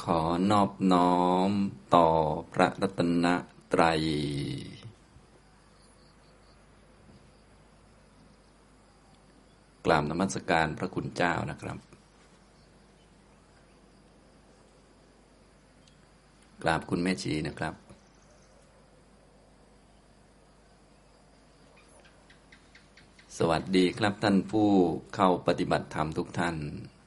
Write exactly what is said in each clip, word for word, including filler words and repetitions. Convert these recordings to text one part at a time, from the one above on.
ขอนอบน้อมต่อพระรัตนตรัยกราบนมัสการพระคุณเจ้านะครับกราบคุณแม่ชีนะครับสวัสดีครับท่านผู้เข้าปฏิบัติธรรมทุกท่าน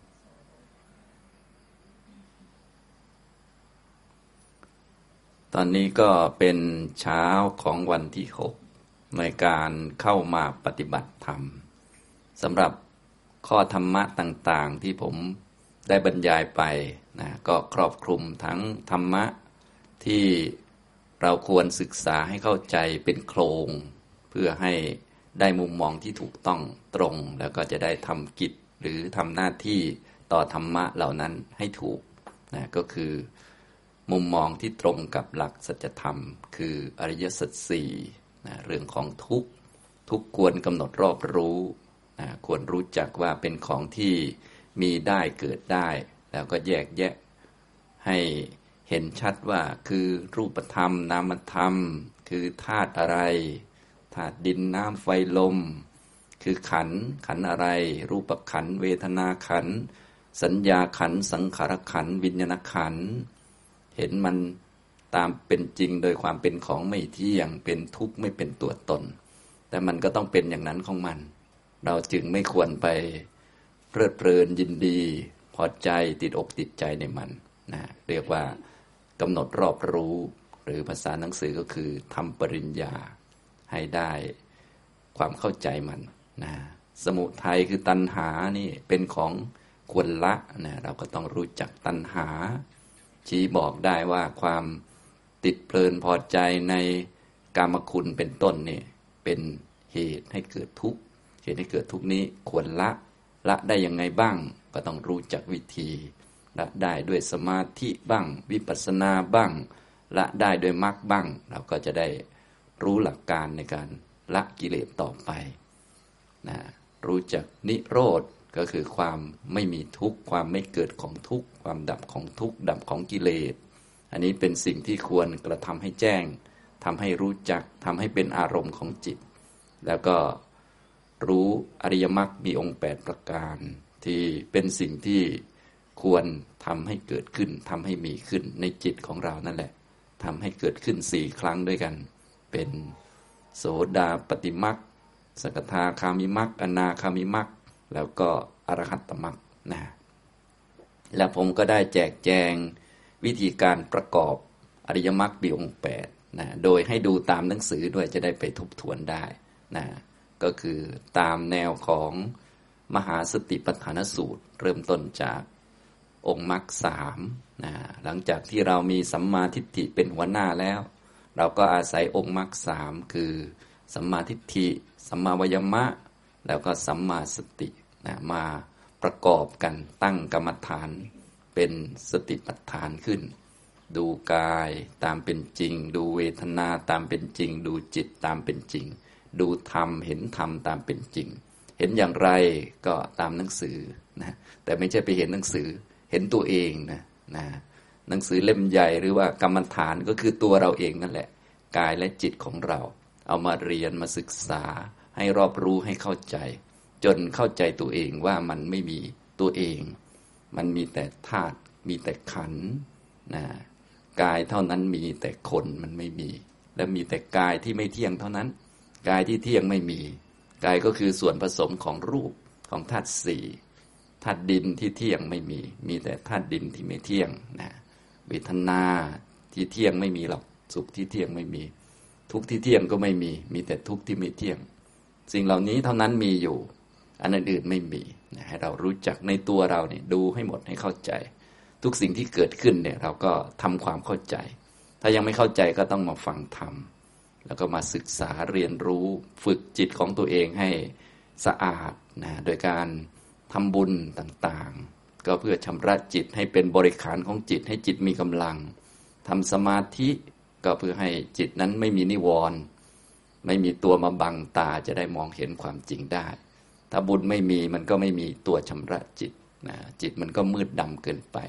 ตอนนี้ก็เป็นเช้าของวันที่หกในการเข้ามาปฏิบัติธรรมสำหรับข้อธรรมะต่างๆที่ผมได้บรรยายไปนะก็ครอบคลุมทั้งธรรมะที่เราควรศึกษาให้เข้าใจเป็นโครงเพื่อให้ได้มุมมองที่ถูกต้องตรงแล้วก็จะได้ทำกิจหรือทำหน้าที่ต่อธรรมะเหล่านั้นให้ถูกนะก็คือมุมมองที่ตรงกับหลักสัจธรรมคืออริยสัจสี่นะเรื่องของทุกข์ทุกข์ควรกำหนดรอบรู้นะควรรู้จักว่าเป็นของที่มีได้เกิดได้แล้วก็แยกแยะให้เห็นชัดว่าคือรูปธรรมนามธรรมคือธาตุอะไรธาตุดินน้ำไฟลมคือขันธ์ขันธ์อะไรรูปขันธ์เวทนาขันธ์สัญญาขันธ์สังขารขันธ์วิญญาณขันธ์เห็นมันตามเป็นจริงโดยความเป็นของไม่เที่ยงเป็นทุกข์ไม่เป็นตัวตนแต่มันก็ต้องเป็นอย่างนั้นของมันเราจึงไม่ควรไปเพลิดเพลินยินดีพอใจติดอกติดใจในมันนะเรียกว่ากำหนดรอบรู้หรือภาษาหนังสือก็คือทำปริญญาให้ได้ความเข้าใจมันนะสมุทัยคือตัณหานี่เป็นของควรละนะเราก็ต้องรู้จักตัณหาชี้บอกได้ว่าความติดเพลินพอใจในกามคุณเป็นต้นนี่เป็นเหตุให้เกิดทุกข์เหตุให้เกิดทุกข์นี้ควรละละได้ยังไงบ้างก็ต้องรู้จักวิธีละได้ด้วยสมาธิบ้างวิปัสสนาบ้างละได้ด้วยมรรคบ้างเราก็จะได้รู้หลักการในการละกิเลสต่อไปนะรู้จักนิโรธก็คือความไม่มีทุกข์ความไม่เกิดของทุกข์ความดับของทุกข์ดับของกิเลสอันนี้เป็นสิ่งที่ควรกระทำให้แจ้งทำให้รู้จักทำให้เป็นอารมณ์ของจิตแล้วก็รู้อริยมรรคมีองค์แปดประการที่เป็นสิ่งที่ควรทำให้เกิดขึ้นทำให้มีขึ้นในจิตของเรานั่นแหละทำให้เกิดขึ้นสี่ครั้งด้วยกันเป็นโสดาปัตติมรรคสกทาคามิมรรคอนาคามิมรรคแล้วก็อรหัตตมรรคนะแล้วผมก็ได้แจกแจงวิธีการประกอบอริยมรรคมีองค์แปดนะโดยให้ดูตามหนังสือด้วยจะได้ไปทบทวนได้นะก็คือตามแนวของมหาสติปัฏฐานสูตรเริ่มต้นจากองค์มรรคสามนะหลังจากที่เรามีสัมมาทิฏฐิเป็นหัวหน้าแล้วเราก็อาศัยองค์มรรคสามคือสัมมาทิฏฐิสัมมาวิมัมมะแล้วก็สัมมาสตินะมาประกอบกันตั้งกรรมฐานเป็นสติปัฏฐานขึ้นดูกายตามเป็นจริงดูเวทนาตามเป็นจริงดูจิตตามเป็นจริงดูธรรมเห็นธรรมตามเป็นจริงเห็นอย่างไรก็ตามหนังสือนะแต่ไม่ใช่ไปเห็นหนังสือเห็นตัวเองนะนะหนังสือเล่มใหญ่หรือว่ากรรมฐานก็คือตัวเราเองนั่นแหละกายและจิตของเราเอามาเรียนมาศึกษาให้รอบรู้ให้เข้าใจจนเข้าใจตัวเองว่ามันไม่มีตัวเองมันมีแต่ธาตุมีแต่ขันธ์นะกายเท่านั้นมีแต่คนมันไม่มีและมีแต่กายที่ไม่เที่ยงเท่านั้นกายที่เที่ยงไม่มีกายก็คือส่วนผสมของรูปของธาตุสี่ธาตุดินที่เที่ยงไม่มีมีแต่ธาตุดินที่ไม่เที่ยงนะเวทนาที่เที่ยงไม่มีหรอกสุขที่เที่ยงไม่มีทุกข์ที่เที่ยงก็ไม่มีมีแต่ทุกข์ที่ไม่เที่ยงสิ่งเหล่านี้เท่านั้นมีอยู่อันอื่นไม่มีนะให้เรารู้จักในตัวเราเนี่ยดูให้หมดให้เข้าใจทุกสิ่งที่เกิดขึ้นเนี่ยเราก็ทำความเข้าใจถ้ายังไม่เข้าใจก็ต้องมาฟังธรรมแล้วก็มาศึกษาเรียนรู้ฝึกจิตของตัวเองให้สะอาดนะโดยการทำบุญต่างๆก็เพื่อชำระจิตให้เป็นบริขารของจิตให้จิตมีกำลังทำสมาธิก็เพื่อให้จิตนั้นไม่มีนิวรณ์ไม่มีตัวมาบังตาจะได้มองเห็นความจริงได้ถ้าบุญไม่มีมันก็ไม่มีตัวชำระจิตนะจิตมันก็มืดดำเกินไป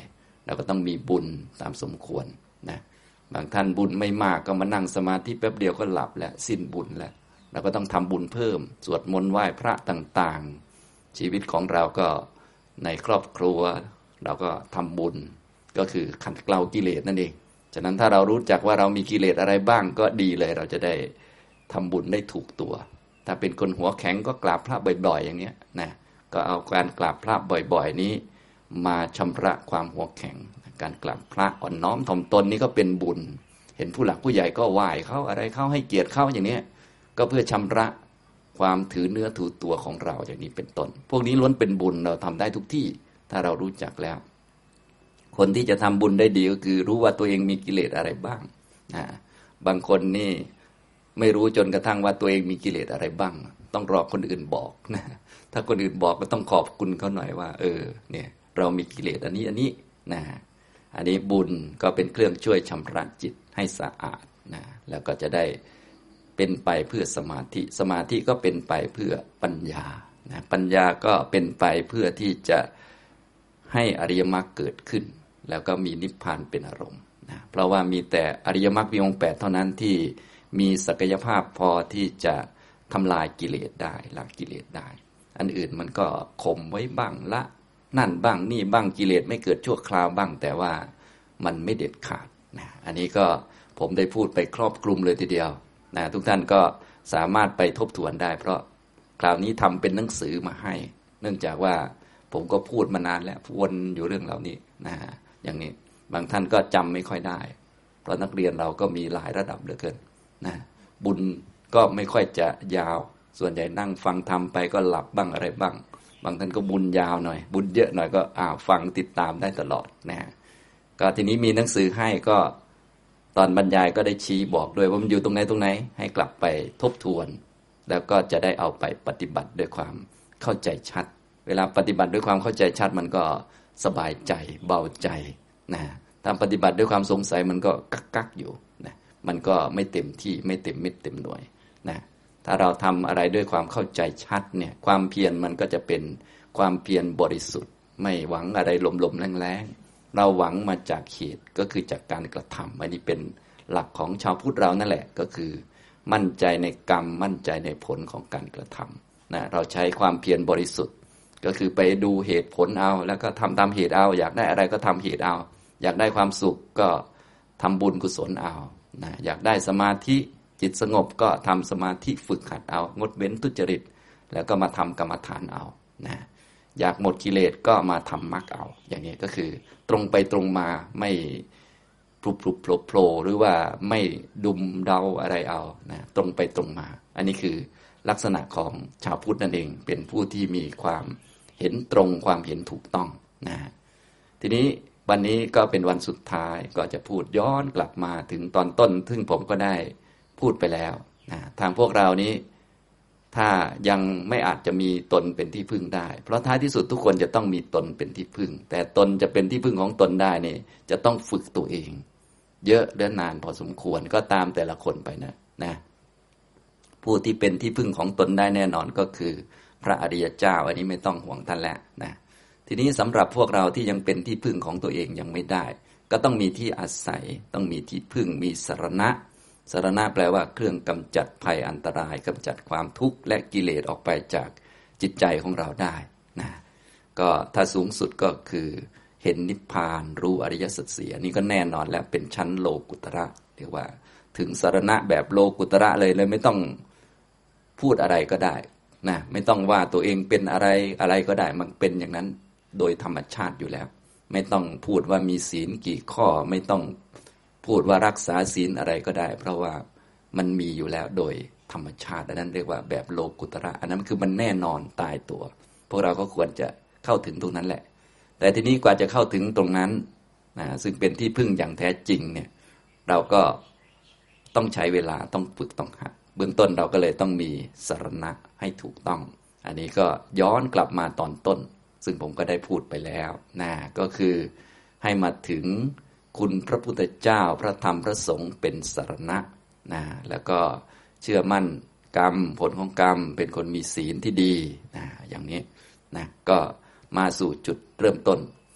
เราก็ต้องมีบุญตามสมควรนะบางท่านบุญไม่มากก็มานั่งสมาธิแป๊บเดียวก็หลับแล้วสิ้นบุญแล้วเราก็ต้องทำบุญเพิ่มสวดมนต์ไหว้พระต่างๆชีวิตของเราก็ในครอบครัวเราก็ทำบุญก็คือขัดเกลากิเลสนั่นเองฉะนั้นถ้าเรารู้จักว่าเรามีกิเลสอะไรบ้างก็ดีเลยเราจะได้ทำบุญได้ถูกตัวถ้าเป็นคนหัวแข็งก็กราบพระบ่อยๆอย่างเนี้ยนะก็เอาการกราบพระบ่อยๆนี้มาชำระความหัวแข็งการกราบพระอ่อนน้อมถ่อมตนนี้ก็เป็นบุญเห็นผู้หลักผู้ใหญ่ก็ไหว้เขาอะไรเขาให้เกียรติเขาอย่างนี้ก็เพื่อชำระความถือเนื้อถือตัวของเราอย่างนี้เป็นต้นพวกนี้ล้วนเป็นบุญเราทำได้ทุกที่ถ้าเรารู้จักแล้วคนที่จะทำบุญได้ดีก็คือรู้ว่าตัวเองมีกิเลสอะไรบ้างนะบางคนนี่ไม่รู้จนกระทั่งว่าตัวเองมีกิเลสอะไรบ้างต้องรอคนอื่นบอกนะถ้าคนอื่นบอกก็ต้องขอบคุณเขาหน่อยว่าเออเนี่ยเรามีกิเลสอันนี้อันนี้นะอันนี้บุญก็เป็นเครื่องช่วยชำระจิตให้สะอาดนะแล้วก็จะได้เป็นไปเพื่อสมาธิสมาธิก็เป็นไปเพื่อปัญญานะปัญญาก็เป็นไปเพื่อที่จะให้อริยมรรคเกิดขึ้นแล้วก็มีนิพพานเป็นอารมณ์นะเพราะว่ามีแต่อริยมรรคมีองค์แปดเท่านั้นที่มีศักยภาพพอที่จะทำลายกิเลสได้ละกิเลสได้อันอื่นมันก็ข่มไว้บ้างละนั่นบ้างนี่บ้างกิเลสไม่เกิดชั่วคราวบ้างแต่ว่ามันไม่เด็ดขาดนะอันนี้ก็ผมได้พูดไปครอบคลุมเลยทีเดียวนะทุกท่านก็สามารถไปทบทวนได้เพราะคราวนี้ทำเป็นหนังสือมาให้เนื่องจากว่าผมก็พูดมานานแล้ววนอยู่เรื่องเหล่านี้นะอย่างนี้บางท่านก็จำไม่ค่อยได้เพราะนักเรียนเราก็มีหลายระดับเหลือเกินนะบุญก็ไม่ค่อยจะยาวส่วนใหญ่นั่งฟังทำไปก็หลับบ้างอะไรบ้างบางท่านก็บุญยาวหน่อยบุญเยอะหน่อยก็อ่าฟังติดตามได้ตลอดนะก็ทีนี้มีหนังสือให้ก็ตอนบรรยายก็ได้ชี้บอกด้วยว่ามันอยู่ตรงไหนตรงไหนให้กลับไปทบทวนแล้วก็จะได้เอาไปปฏิบัติด้วยความเข้าใจชัดเวลาปฏิบัติด้วยความเข้าใจชัดมันก็สบายใจเบาใจนะถ้าปฏิบัติด้วยความสงสัยมันก็กักกักอยู่นะมันก็ไม่เต็มที่ไม่เต็มเม็ดเต็มหน่วยนะถ้าเราทำอะไรด้วยความเข้าใจชัดเนี่ยความเพียรมันก็จะเป็นความเพียรบริสุทธิ์ไม่หวังอะไรลมๆแรงๆเราหวังมาจากเหตุก็คือจากการกระทำอันนี้เป็นหลักของชาวพุทธเรานั่นแหละก็คือมั่นใจในกรรมมั่นใจในผลของการกระทำนะเราใช้ความเพียรบริสุทธิ์ก็คือไปดูเหตุผลเอาแล้วก็ทำตามเหตุเอาอยากได้อะไรก็ทำเหตุเอาอยากได้ความสุขก็ทำบุญกุศลเอานะอยากได้สมาธิจิตสงบก็ทำสมาธิฝึกหัดเอางดเว้นทุจริตแล้วก็มาทำกรรมฐานเอานะอยากหมดกิเลสก็มาทำมรรคเอาอย่างนี้ก็คือตรงไปตรงมาไม่ปลุกปลุกโผล่โผล่หรือว่าไม่ดุมเดาอะไรเอานะตรงไปตรงมาอันนี้คือลักษณะของชาวพุทธนั่นเองเป็นผู้ที่มีความเห็นตรงความเห็นถูกต้องนะทีนี้วันนี้ก็เป็นวันสุดท้ายก็จะพูดย้อนกลับมาถึงตอนต้นซึ่งผมก็ได้พูดไปแล้วนะทางพวกเรานี้ถ้ายังไม่อาจจะมีตนเป็นที่พึ่งได้เพราะท้ายที่สุดทุกคนจะต้องมีตนเป็นที่พึ่งแต่ตนจะเป็นที่พึ่งของตนได้นี่จะต้องฝึกตัวเองเยอะและนานพอสมควรก็ตามแต่ละคนไปนะนะผู้ที่เป็นที่พึ่งของตนได้แน่นอนก็คือพระอริยเจ้าอันนี้ไม่ต้องห่วงท่านแล้วนะทีนี้สำหรับพวกเราที่ยังเป็นที่พึ่งของตัวเองยังไม่ได้ก็ต้องมีที่อาศัยต้องมีที่พึ่งมีสรณะสรณะแปลว่าเครื่องกำจัดภัยอันตรายกำจัดความทุกข์และกิเลสออกไปจากจิตใจของเราได้นะก็ถ้าสูงสุดก็คือเห็นนิพพานรู้อริยสัจสี่อันนี้ก็แน่นอนแล้วเป็นชั้นโลกุตระเรียกว่าถึงสรณะแบบโลกุตระเลยเลยไม่ต้องพูดอะไรก็ได้นะไม่ต้องว่าตัวเองเป็นอะไรอะไรก็ได้มันเป็นอย่างนั้นโดยธรรมชาติอยู่แล้วไม่ต้องพูดว่ามีศีลกี่ข้อไม่ต้องพูดว่ารักษาศีลอะไรก็ได้เพราะว่ามันมีอยู่แล้วโดยธรรมชาติอันนั้นเรียกว่าแบบโลกุตระอันนั้นคือมันแน่นอนตายตัวพวกเราก็ควรจะเข้าถึงตรงนั้นแหละแต่ทีนี้กว่าจะเข้าถึงตรงนั้นนะซึ่งเป็นที่พึ่งอย่างแท้จริงเนี่ยเราก็ต้องใช้เวลาต้องฝึกต้องหัดเบื้องต้นเราก็เลยต้องมีสรณะให้ถูกต้องอันนี้ก็ย้อนกลับมาตอนต้นซึ่งผมก็ได้พูดไปแล้วนะก็คือให้มาถึงคุณพระพุทธเจ้าพระธรรมพระสงฆ์เป็นสรณะนะแล้วก็เชื่อมั่นกรรมผลของกรรมเป็นคนมีศีลที่ดีนะอย่างนี้นะก็มาสู่จุดเริ่มต้น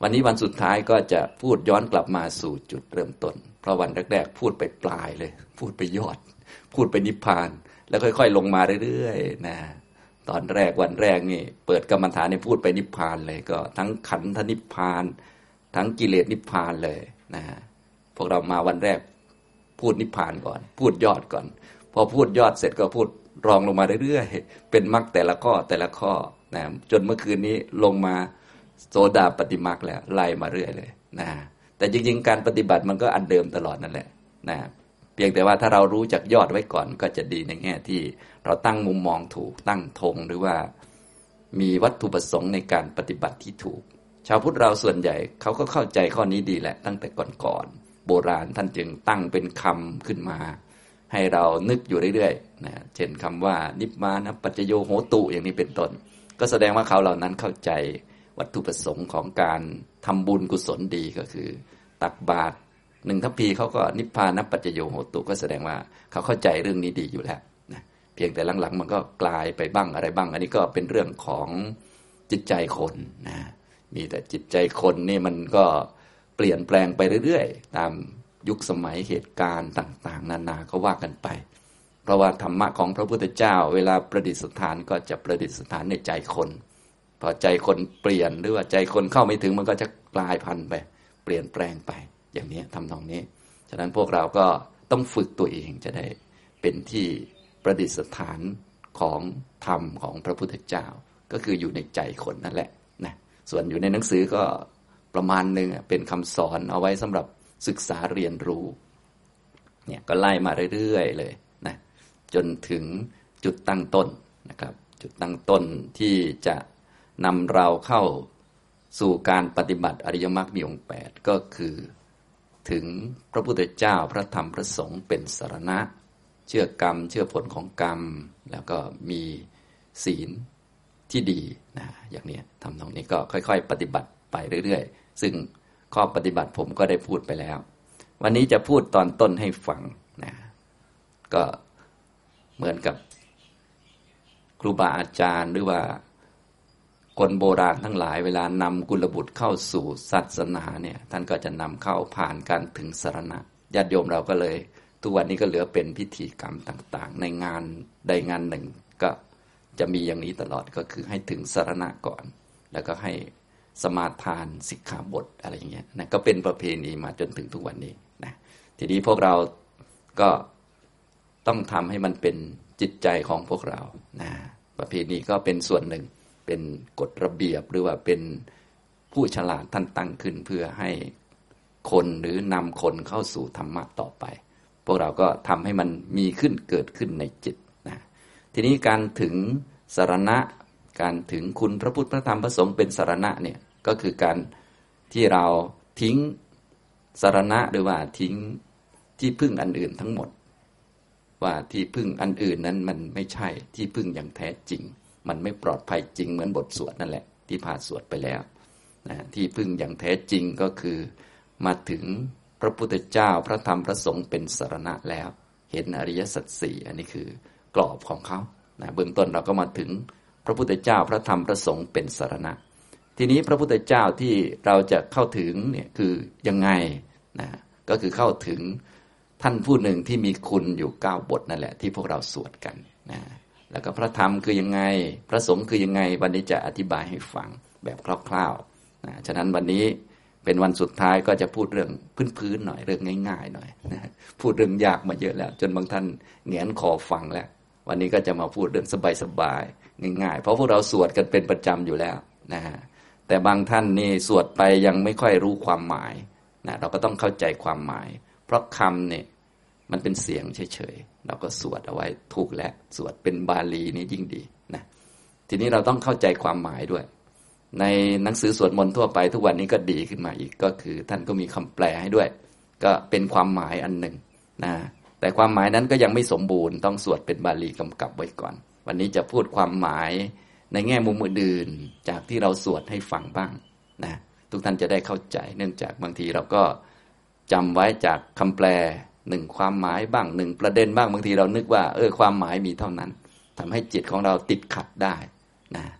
วันนี้วันสุดท้ายก็จะพูดย้อนกลับมาสู่จุดเริ่มต้นเพราะวันแรกๆพูดไปปลายเลยพูดไปยอดพูดไปนิพพานแล้วค่อยๆลงมาเรื่อยๆนะตอนแรกวันแรกนี่เปิดกรรมฐานนี่พูดไปนิพพานเลยก็ทั้งขันธนิพพานทั้งกิเลสนิพพานเลยนะพวกเรามาวันแรกพูดนิพพานก่อนพูดยอดก่อนพอพูดยอดเสร็จก็พูดรองลงมาเรื่อยๆเป็นมรรคแต่ละข้อแต่ละข้อนะจนเมื่อคืนนี้ลงมาโสดาปฏิมรรคแล้วไล่มาเรื่อยเลยนะแต่จริงๆการปฏิบัติมันก็อันเดิมตลอดนั่นแหละนะเพียงแต่ว่าถ้าเรารู้จักยอดไว้ก่อนก็จะดีในแง่ที่เราตั้งมุมมองถูกตั้งธงหรือว่ามีวัตถุประสงค์ในการปฏิบัติที่ถูกชาวพุทธเราส่วนใหญ่เขาก็เข้าใจข้อนี้ดีแหละตั้งแต่ก่อนๆโบราณท่านจึงตั้งเป็นคำขึ้นมาให้เรานึกอยู่เรื่อยๆนะเช่นคำว่านิพพานปัจจโยโหตุอย่างนี้เป็นต้นก็แสดงว่าเขาเหล่านั้นเข้าใจวัตถุประสงค์ของการทำบุญกุศลดีก็คือตักบาตรหนึ่งทัพพีเขาก็นิพพานปัจจโยโหตุก็แสดงว่าเขาเข้าใจเรื่องนี้ดีอยู่แล้วนะเพียงแต่หลังๆมันก็กลายไปบ้างอะไรบ้างอันนี้ก็เป็นเรื่องของจิตใจคนนะมีแต่จิตใจคนนี่มันก็เปลี่ยนแปลงไปเรื่อยๆตามยุคสมัยเหตุการณ์ต่างๆนานาก็ว่ากันไปเพราะว่าธรรมะของพระพุทธเจ้าเวลาประดิษฐานก็จะประดิษฐานในใจคนพอใจคนเปลี่ยนหรือว่าใจคนเข้าไม่ถึงมันก็จะกลายพันธุ์ไปเปลี่ยนแปลงไปอย่างนี้ทำตรงนี้ฉะนั้นพวกเราก็ต้องฝึกตัวเองจะได้เป็นที่ประดิษฐานของธรรมของพระพุทธเจ้าก็คืออยู่ในใจคนนั่นแหละนะส่วนอยู่ในหนังสือก็ประมาณหนึ่งเป็นคำสอนเอาไว้สำหรับศึกษาเรียนรู้เนี่ยก็ไล่มาเรื่อยๆเลยนะจนถึงจุดตั้งต้นนะครับจุดตั้งต้นที่จะนำเราเข้าสู่การปฏิบัติอริยมรรคมีองค์แปดก็คือถึงพระพุทธเจ้าพระธรรมพระสงฆ์เป็นสรณะเชื่อกรรมเชื่อผลของกรรมแล้วก็มีศีลที่ดีนะอย่างนี้ทำตรงนี้ก็ค่อยๆปฏิบัติไปเรื่อยๆซึ่งข้อปฏิบัติผมก็ได้พูดไปแล้ววันนี้จะพูดตอนต้นให้ฟังนะก็เหมือนกับครูบาอาจารย์หรือว่าคนโบราณทั้งหลายเวลานำกุลบุตรเข้าสู่ศาสนาเนี่ยท่านก็จะนำเข้าผ่านการถึงสรณะญาติโยมเราก็เลยทุกวันนี้ก็เหลือเป็นพิธีกรรมต่างๆในงานใดงานหนึ่งก็จะมีอย่างนี้ตลอดก็คือให้ถึงสรณะก่อนแล้วก็ให้สมาทานสิกขาบทอะไรอย่างเงี้ยนะก็เป็นประเพณีมาจนถึงทุกวันนี้นะทีนี้พวกเราก็ต้องทำให้มันเป็นจิตใจของพวกเรานะประเพณีก็เป็นส่วนหนึ่งเป็นกฎระเบียบหรือว่าเป็นผู้ฉลาดท่านตั้งขึ้นเพื่อให้คนหรือนำคนเข้าสู่ธรรมะต่อไปพวกเราก็ทำให้มันมีขึ้นเกิดขึ้นในจิตนะทีนี้การถึงสรณะการถึงคุณพระพุทธพระธรรมพระสงฆ์เป็นสรณะเนี่ยก็คือการที่เราทิ้งสรณะหรือว่าทิ้งที่พึ่งอันอื่นทั้งหมดว่าที่พึ่งอันอื่นนั้นมันไม่ใช่ที่พึ่งอย่างแท้จริงมันไม่ปลอดภัยจริงเหมือนบทสวดนั่นแหละที่ผ่านสวดไปแล้วนะที่พึ่งอย่างแท้จริงก็คือมาถึงพระพุทธเจ้าพระธรรมพระสงฆ์เป็นสรณะแล้วเห็นอริยสัจสี่อันนี้คือกรอบของเขานะเบื้องต้นเราก็มาถึงพระพุทธเจ้าพระธรรมพระสงฆ์เป็นสรณะทีนี้พระพุทธเจ้าที่เราจะเข้าถึงเนี่ยคือยังไงนะก็คือเข้าถึงท่านผู้หนึ่งที่มีคุณอยู่เก้าบทนั่นแหละที่พวกเราสวดกันนะแล้วก็พระธรรมคือยังไงพระสงฆ์คือยังไงวันนี้จะอธิบายให้ฟังแบบคร่าวๆนะฉะนั้นวันนี้เป็นวันสุดท้ายก็จะพูดเรื่องพื้นๆหน่อยเรื่องง่ายๆหน่อยนะพูดเรื่องยากมาเยอะแล้วจนบางท่านเหงียนคอฟังแล้ววันนี้ก็จะมาพูดเรื่องสบายๆง่ายๆเพราะพวกเราสวดกันเป็นประจำอยู่แล้วนะแต่บางท่านนี่สวดไปยังไม่ค่อยรู้ความหมายนะเราก็ต้องเข้าใจความหมายเพราะคำเนี่ยมันเป็นเสียงเฉยๆเราก็สวดเอาไว้ถูกแล้วสวดเป็นบาลีนี่ยิ่งดีนะทีนี้เราต้องเข้าใจความหมายด้วยในหนังสือสวดมนต์ทั่วไปทุกวันนี้ก็ดีขึ้นมาอีกก็คือท่านก็มีคำแปลให้ด้วยก็เป็นความหมายอันหนึ่งนะแต่ความหมายนั้นก็ยังไม่สมบูรณ์ต้องสวดเป็นบาลีกำกับไว้ก่อนวันนี้จะพูดความหมายในแง่มุมอื่นๆจากที่เราสวดให้ฟังบ้างนะทุกท่านจะได้เข้าใจเนื่องจากบางทีเราก็จำไว้จากคำแปลหนึ่งความหมายบ้างหนึ่งประเด็นบ้างบางทีเรานึกว่าเออความหมายมีเท่านั้นทำให้จิตของเราติดขัดได้นะ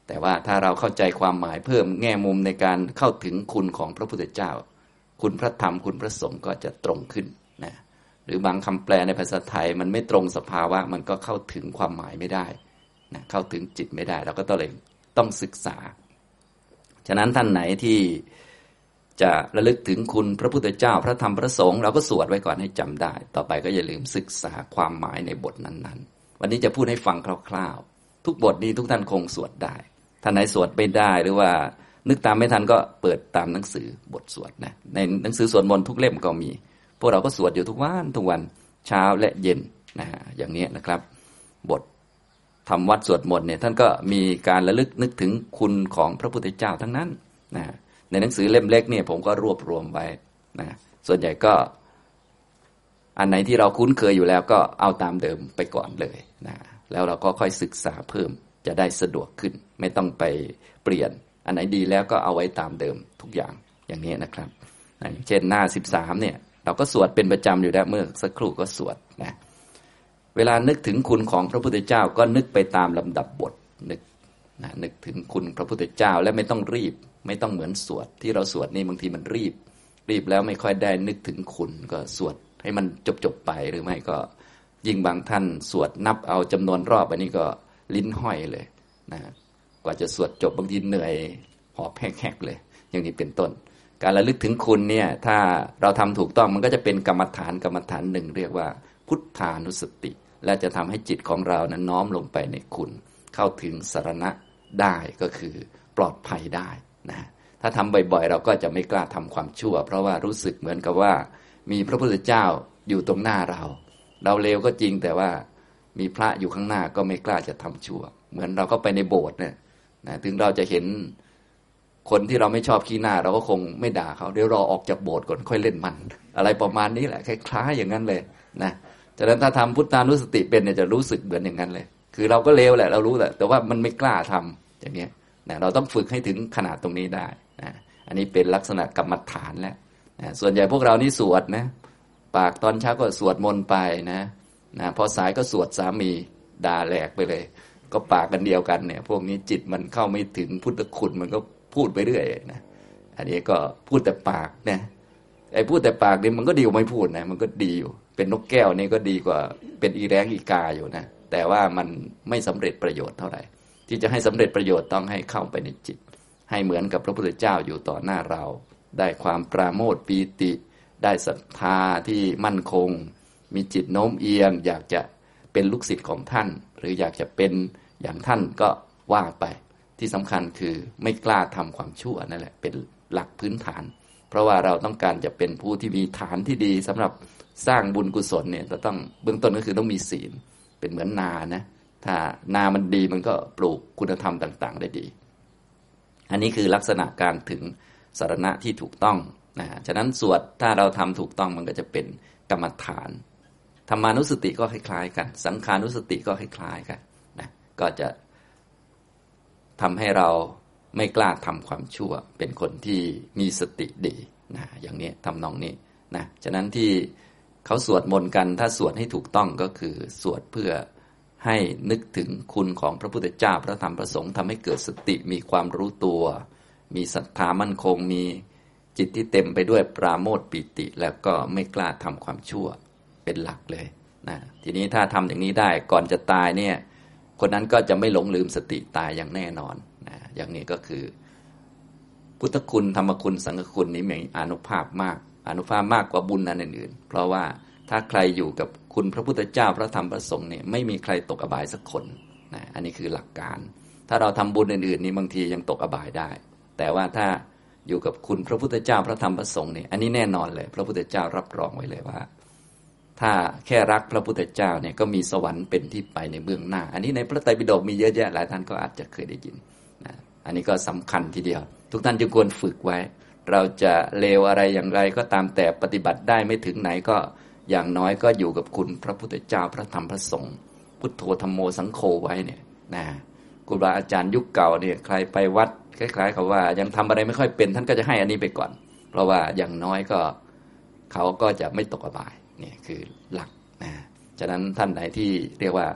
แต่ว่าถ้าเราเข้าใจความหมายเพิ่มแง่มุมในการเข้าถึงคุณของพระพุทธเจ้าคุณพระธรรมคุณพระสงฆ์ก็จะตรงขึ้นนะหรือบางคำแปลในภาษาไทยมันไม่ตรงสภาวะมันก็เข้าถึงความหมายไม่ได้นะเข้าถึงจิตไม่ได้เราก็ต้องเลยต้องศึกษาฉะนั้นท่านไหนที่จะระลึกถึงคุณพระพุทธเจ้าพระธรรมพระสงฆ์เราก็สวดไว้ก่อนให้จำได้ต่อไปก็อย่าลืมศึกษาความหมายในบทนั้นๆวันนี้จะพูดให้ฟังคร่าวๆทุกบทนี้ทุกท่านคงสวดได้ท่านไหนสวดไม่ได้หรือว่านึกตามไม่ทันก็เปิดตามหนังสือบทสวดนะในหนังสือสวดมนต์ทุกเล่มก็มีพวกเราก็สวดอยู่ทุกวันทุกวันเช้าและเย็นนะอย่างนี้นะครับบททำวัดสวดมนต์เนี่ยท่านก็มีการระลึกนึกถึงคุณของพระพุทธเจ้าทั้งนั้นนะในหนังสือเล่มเล็กเนี่ยผมก็รวบรวมไว้นะส่วนใหญ่ก็อันไหนที่เราคุ้นเคยอยู่แล้วก็เอาตามเดิมไปก่อนเลยนะแล้วเราก็ค่อยศึกษาเพิ่มจะได้สะดวกขึ้นไม่ต้องไปเปลี่ยนอันไหนดีแล้วก็เอาไว้ตามเดิมทุกอย่างอย่างนี้นะครับนะเช่นหน้าสิบสามเนี่ยเราก็สวดเป็นประจำอยู่แล้วเมื่อสักครู่ก็สวดนะเวลานึกถึงคุณของพระพุทธเจ้าก็นึกไปตามลำดับบทนึกนะนึกถึงคุณพระพุทธเจ้าและไม่ต้องรีบไม่ต้องเหมือนสวดที่เราสวดนี่บางทีมันรีบรีบแล้วไม่ค่อยได้นึกถึงคุณก็สวดให้มันจบๆไปหรือไม่ก็ยิ่งบางท่านสวดนับเอาจำนวนรอบอันนี้ก็ลิ้นห้อยเลยนะกว่าจะสวดจบบางทีเหนื่อยหอบแหกๆเลยอย่างนี้เป็นต้นการระลึกถึงคุณเนี่ยถ้าเราทำถูกต้องมันก็จะเป็นกรรมฐานกรรมฐานหนึ่งเรียกว่าพุทธานุสติและจะทำให้จิตของเรานั้นน้อมลงไปในคุณเข้าถึงสรณะได้ก็คือปลอดภัยได้นะถ้าทำบ่อยๆเราก็จะไม่กล้าทำความชั่วเพราะว่ารู้สึกเหมือนกับว่ามีพระพุทธเจ้าอยู่ตรงหน้าเราเราเลวก็จริงแต่ว่ามีพระอยู่ข้างหน้าก็ไม่กล้าจะทำชั่วเหมือนเราก็ไปในโบสถ์เนี่ยนะถึงเราจะเห็นคนที่เราไม่ชอบขี้หน้าเราก็คงไม่ด่าเขาเดี๋ยวรอออกจากโบสถ์ก่อนค่อยเล่นมันอะไรประมาณนี้แหละคล้ายๆอย่างนั้นเลยนะฉะนั้นถ้าทำพุทธานุสติเป็นเนี่ยจะรู้สึกเหมือนอย่างนั้นเลยคือเราก็เลวแหละเรารู้แหละแต่ว่ามันไม่กล้าทำอย่างนี้นะเราต้องฝึกให้ถึงขนาดตรงนี้ได้นะอันนี้เป็นลักษณะกรรมฐานแล้วนะส่วนใหญ่พวกเรานี่สวดนะปากตอนเช้าก็สวดมนต์ไปนะนะพอสายก็สวดสามีด่าแหลกไปเลยก็ปากกันเดียวกันเนี่ยพวกนี้จิตมันเข้าไม่ถึงพุทธคุณมันก็พูดไปเรื่อยนะอันนี้ก็พูดแต่ปากนะไอ้พูดแต่ปากนี่มันก็ดีกว่าไม่พูดนะมันก็ดีอยู่เป็นนกแก้วนี่ก็ดีกว่าเป็นอีแรงอีกาอยู่นะแต่ว่ามันไม่สำเร็จประโยชน์เท่าไหร่ที่จะให้สำเร็จประโยชน์ต้องให้เข้าไปในจิตให้เหมือนกับพระพุทธเจ้าอยู่ต่อหน้าเราได้ความปราโมทย์ปีติได้ศรัทธาที่มั่นคงมีจิตโน้มเอียงอยากจะเป็นลูกศิษย์ของท่านหรืออยากจะเป็นอย่างท่านก็ว่าไปที่สำคัญคือไม่กล้าทำความชั่วนั่นแหละเป็นหลักพื้นฐานเพราะว่าเราต้องการจะเป็นผู้ที่มีฐานที่ดีสำหรับสร้างบุญกุศลเนี่ยเราต้องเบื้องต้นก็คือต้องมีศีลเป็นเหมือนนานะถ้านามันดีมันก็ปลูกคุณธรรมต่างๆได้ดีอันนี้คือลักษณะการถึงสรณะที่ถูกต้องนะฉะนั้นสวดถ้าเราทำถูกต้องมันก็จะเป็นกรรมฐานธรรมานุสติก็คล้ายๆกันสังขานุสติก็คล้ายๆกันนะก็จะทำให้เราไม่กล้าทำความชั่วเป็นคนที่มีสติดีนะอย่างนี้ทำนองนี้นะฉะนั้นที่เขาสวดมนต์กันถ้าสวดให้ถูกต้องก็คือสวดเพื่อให้นึกถึงคุณของพระพุทธเจ้าพระธรรมพระสงฆ์ทำให้เกิดสติมีความรู้ตัวมีศรัทธามั่นคงมีจิตที่เต็มไปด้วยปราโมทย์ปีติแล้วก็ไม่กล้าทำความชั่วเป็นหลักเลยนะทีนี้ถ้าทำอย่างนี้ได้ก่อนจะตายเนี่ยคนนั้นก็จะไม่หลงลืมสติตายอย่างแน่นอนนะอย่างนี้ก็คือพุทธคุณธรรมคุณสังฆคุณนี้มีอานุภาพมากอานุภาพมากกว่าบุญนั้นอื่นๆเพราะว่าถ้าใครอยู่กับคุณพระพุทธเจ้าพระธรรมพระสงฆ์เนี่ยไม่มีใครตกอบายสักคนนะอันนี้คือหลักการถ้าเราทำบุญอื่นๆนี่บางทียังตกอบายได้แต่ว่าถ้าอยู่กับคุณพระพุทธเจ้าพระธรรมพระสงฆ์เนี่ยอันนี้แน่นอนเลยพระพุทธเจ้ารับรองไว้เลยว่าถ้าแค่รักพระพุทธเจ้าเนี่ยก็มีสวรรค์เป็นที่ไปในเบื้องหน้าอันนี้ในพระไตรปิฎกมีเยอะแยะหลายท่านก็อาจจะเคยได้ยินนะอันนี้ก็สำคัญทีเดียวทุกท่านจึงควรฝึกไว้เราจะเลวอะไรอย่างไรก็ตามแต่ปฏิบัติได้ไม่ถึงไหนก็อย่างน้อยก็อยู่กับคุณพระพุทธเจ้าพระธรรมพระสงฆ์พุทโธธัมโมสังโฆไว้เนี่ยนะครูบาอาจารย์ยุคเก่าเนี่ยใครไปวัดคล้ายๆกับว่ายังทำอะไรไม่ค่อยเป็นท่านก็จะให้อันนี้ไปก่อนเพราะว่าอย่างน้อยก็เขาก็จะไม่ตกอบายนี่คือหลักนะฉะนั้นท่านไหนที่เรียกว่า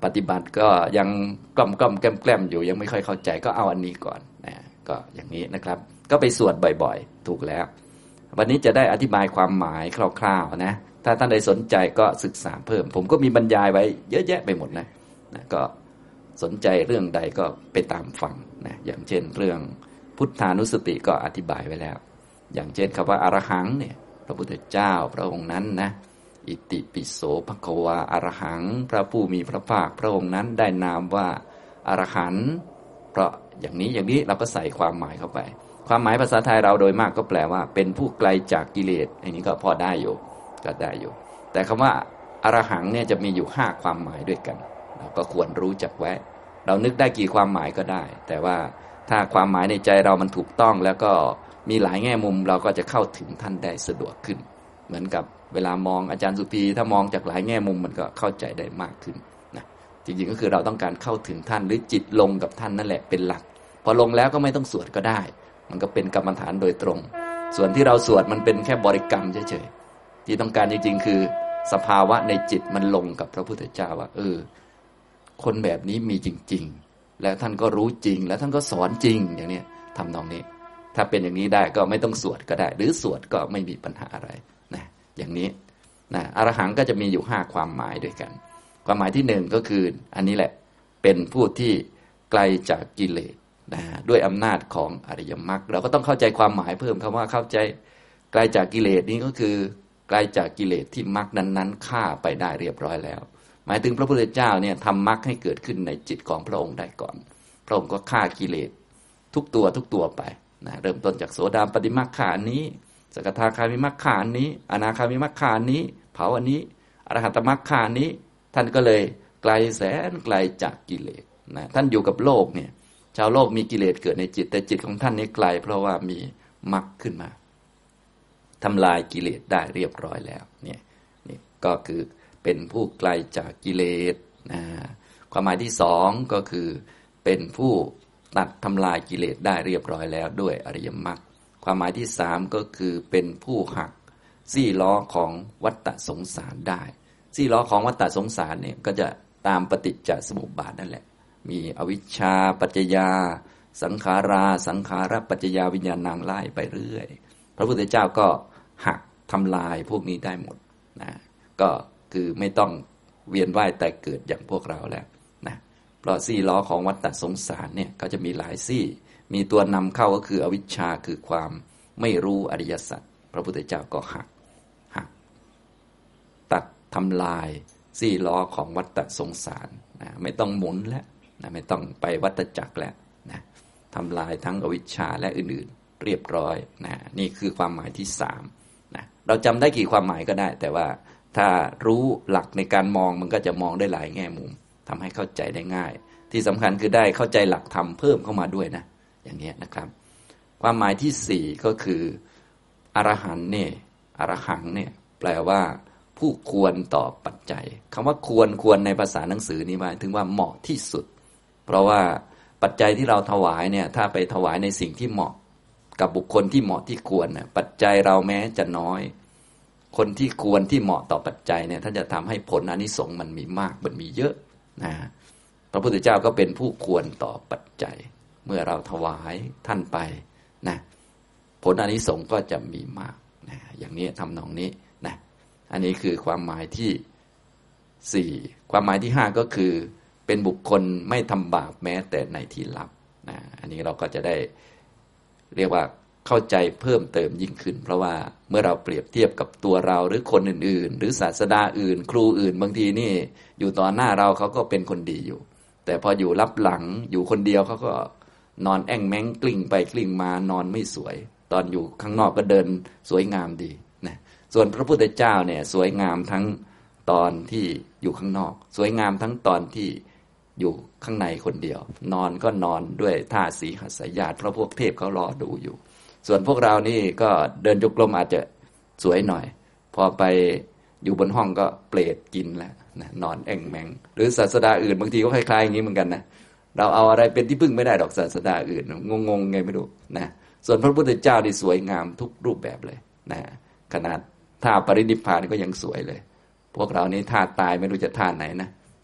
ปฏิบัติก็ยังกล่อมกล่อมแกล้มแกล้มอยู่ยังไม่ค่อยเข้าใจก็เอาอันนี้ก่อนนะก็อย่างนี้นะครับก็ไปสวดบ่อยๆถูกแล้ววันนี้จะได้อธิบายความหมายคร่าวๆนะถ้าท่านใดสนใจก็ศึกษาเพิ่มผมก็มีบรรยายไว้เยอะแยะไปหมดนะนะก็สนใจเรื่องใดก็ไปตามฟังนะอย่างเช่นเรื่องพุทธานุสติก็อธิบายไว้แล้วอย่างเช่นคำว่าอรหังเนี่ยพระพุทธเจ้าพระองค์นั้นนะอิติปิโสภควาอรหังพระผู้มีพระภาคพระองค์นั้นได้นามว่าอรหันต์เพราะอย่างนี้อย่างนี้เราก็ใส่ความหมายเข้าไปความหมายภาษาไทยเราโดยมากก็แปลว่าเป็นผู้ไกลจากกิเลสอันนี้ก็พอได้อยู่ก็ได้อยู่แต่คำว่าอรหังเนี่ยจะมีอยู่ห้าความหมายด้วยกันเราก็ควรรู้จักไว้เรานึกได้กี่ความหมายก็ได้แต่ว่าถ้าความหมายในใจเรามันถูกต้องแล้วก็มีหลายแง่มุมเราก็จะเข้าถึงท่านได้สะดวกขึ้นเหมือนกับเวลามองอาจารย์สุพีถ้ามองจากหลายแง่มุมมันก็เข้าใจได้มากขึ้นนะจริงๆก็คือเราต้องการเข้าถึงท่านหรือจิตลงกับท่านนั่นแหละเป็นหลักพอลงแล้วก็ไม่ต้องสวดก็ได้มันก็เป็นกรรมฐานโดยตรงส่วนที่เราสวดมันเป็นแค่บริกรรมเฉยๆที่ต้องการจริงๆคือสภาวะในจิตมันลงกับพระพุทธเจ้าว่าเออคนแบบนี้มีจริงๆและท่านก็รู้จริงและท่านก็สอนจริงอย่างนี้ทำนองนี้ถ้าเป็นอย่างนี้ได้ก็ไม่ต้องสวดก็ได้หรือสวดก็ไม่มีปัญหาอะไรนะอย่างนี้นะอรหังก็จะมีอยู่ห้าความหมายด้วยกันความหมายที่หนึ่งก็คืออันนี้แหละเป็นผู้ที่ไกลจากกิเลสนะด้วยอำนาจของอริยมรรคเราก็ต้องเข้าใจความหมายเพิ่มคำว่าเข้าใจไกลจากกิเลสนี้ก็คือไกลจากกิเลสที่มรรคนั้นๆฆ่าไปได้เรียบร้อยแล้วหมายถึงพระพุทธเจ้าเนี่ยทำมรรคให้เกิดขึ้นในจิตของพระองค์ได้ก่อนพระองค์ก็ฆ่ากิเลสทุกตัวทุกตัวไปนะเริ่มต้นจากโสดาปัตติมรรคขานี้สกทาคามิมรรคขานี้อนาคามิมรรคขานี้เผาอันนี้อรหัตมรรคขานี้ท่านก็เลยไกลแสนไกลจากกิเลสนะท่านอยู่กับโลกเนี่ยชาวโลกมีกิเลสเกิดในจิตแต่จิตของท่านนี่ไกลเพราะว่ามีมรรคขึ้นมาทำลายกิเลสได้เรียบร้อยแล้วเนี่ยนี่ก็คือเป็นผู้ไกลจากกิเลสนะความหมายที่สองก็คือเป็นผู้ตัดทำลายกิเลสได้เรียบร้อยแล้วด้วยอริยมรรคความหมายที่สามก็คือเป็นผู้หักซี่ล้อของวัฏฏะสงสารได้ซี่ล้อของวัฏฏะสงสารเนี่ยก็จะตามปฏิจจสมุปบาทนั่นแหละมีอวิชชาปัจจยาสังขาราสังขารปัจจยาวิญญาณนางไล่ไปเรื่อยพระพุทธเจ้าก็หักทำลายพวกนี้ได้หมดนะก็คือไม่ต้องเวียนว่ายแต่เกิดอย่างพวกเราแล้วนะเพราะซี่ล้อของวัฏฏะสงสารเนี่ยก็จะมีหลายซี่มีตัวนำเข้าก็คืออวิชชาคือความไม่รู้อริยสัจพระพุทธเจ้าก็หักหักตัดทำลายซี่ล้อของวัฏฏะสงสารนะไม่ต้องหมุนแล้วนะไม่ต้องไปวัฏจักรแล้วนะทำลายทั้งอวิชชาและอื่นๆเรียบร้อยนะนี่คือความหมายที่สามนะเราจำได้กี่ความหมายก็ได้แต่ว่าถ้ารู้หลักในการมองมันก็จะมองได้หลายแง่มุมทำให้เข้าใจได้ง่ายที่สำคัญคือได้เข้าใจหลักธรรมเพิ่มเข้ามาด้วยนะอย่างนี้นะครับความหมายที่สี่ก็คืออรหันต์เนี่ยอรหังเนี่ยแปลว่าผู้ควรต่อปัจจัยคำว่าควรควรในภาษาหนังสือนี้หมายถึงว่าเหมาะที่สุดเพราะว่าปัจจัยที่เราถวายเนี่ยถ้าไปถวายในสิ่งที่เหมาะกับบุคคลที่เหมาะที่ควรนะปัจจัยเราแม้จะน้อยคนที่ควรที่เหมาะต่อปัจจัยเนี่ยท่านจะทำให้ผลอานิสงส์มันมีมากมันมีเยอะนะพระพุทธเจ้าก็เป็นผู้ควรต่อปัจจัยเมื่อเราถวายท่านไปนะผลอานิสงส์ก็จะมีมากนะอย่างนี้ทำนองนี้นะอันนี้คือความหมายที่สี่ความหมายที่ห้าก็คือเป็นบุคคลไม่ทำบาปแม้แต่ในที่ลับนะอันนี้เราก็จะได้เรียกว่าเข้าใจเพิ่มเติมยิ่งขึ้นเพราะว่าเมื่อเราเปรียบเทียบกับตัวเราหรือคนอื่นๆหรือศาสดาอื่นครูอื่นบางทีนี่อยู่ต่อหน้าเราเขาก็เป็นคนดีอยู่แต่พออยู่ลับหลังอยู่คนเดียวเขาก็นอนแอ่งแม้งกลิ้งไปกลิ้งมานอนไม่สวยตอนอยู่ข้างนอกก็เดินสวยงามดีนะส่วนพระพุทธเจ้าเนี่ยสวยงามทั้งตอนที่อยู่ข้างนอกสวยงามทั้งตอนที่อยู่ข้างในคนเดียวนอนก็นอนด้วยท่าสีหัสยาตเพราะพวกเทพเขารอดูอยู่ส่วนพวกเรานี่ก็เดินจงกรมอาจจะสวยหน่อยพอไปอยู่บนห้องก็เปรตกินแล้วนะนอนแอ่งแมงหรือศาสดาอื่นบางทีก็คล้ายๆอย่างนี้เหมือนกันนะเราเอาอะไรเป็นที่พึ่งไม่ได้ดอกศาสดาอื่นงงๆไงไม่รู้นะส่วนพระพุทธเจ้านี่สวยงามทุกรูปแบบเลยนะขนาดท่าปรินิพพานก็ยังสวยเลยพวกเรานี่ท่าตายไม่รู้จะท่าไหนนะค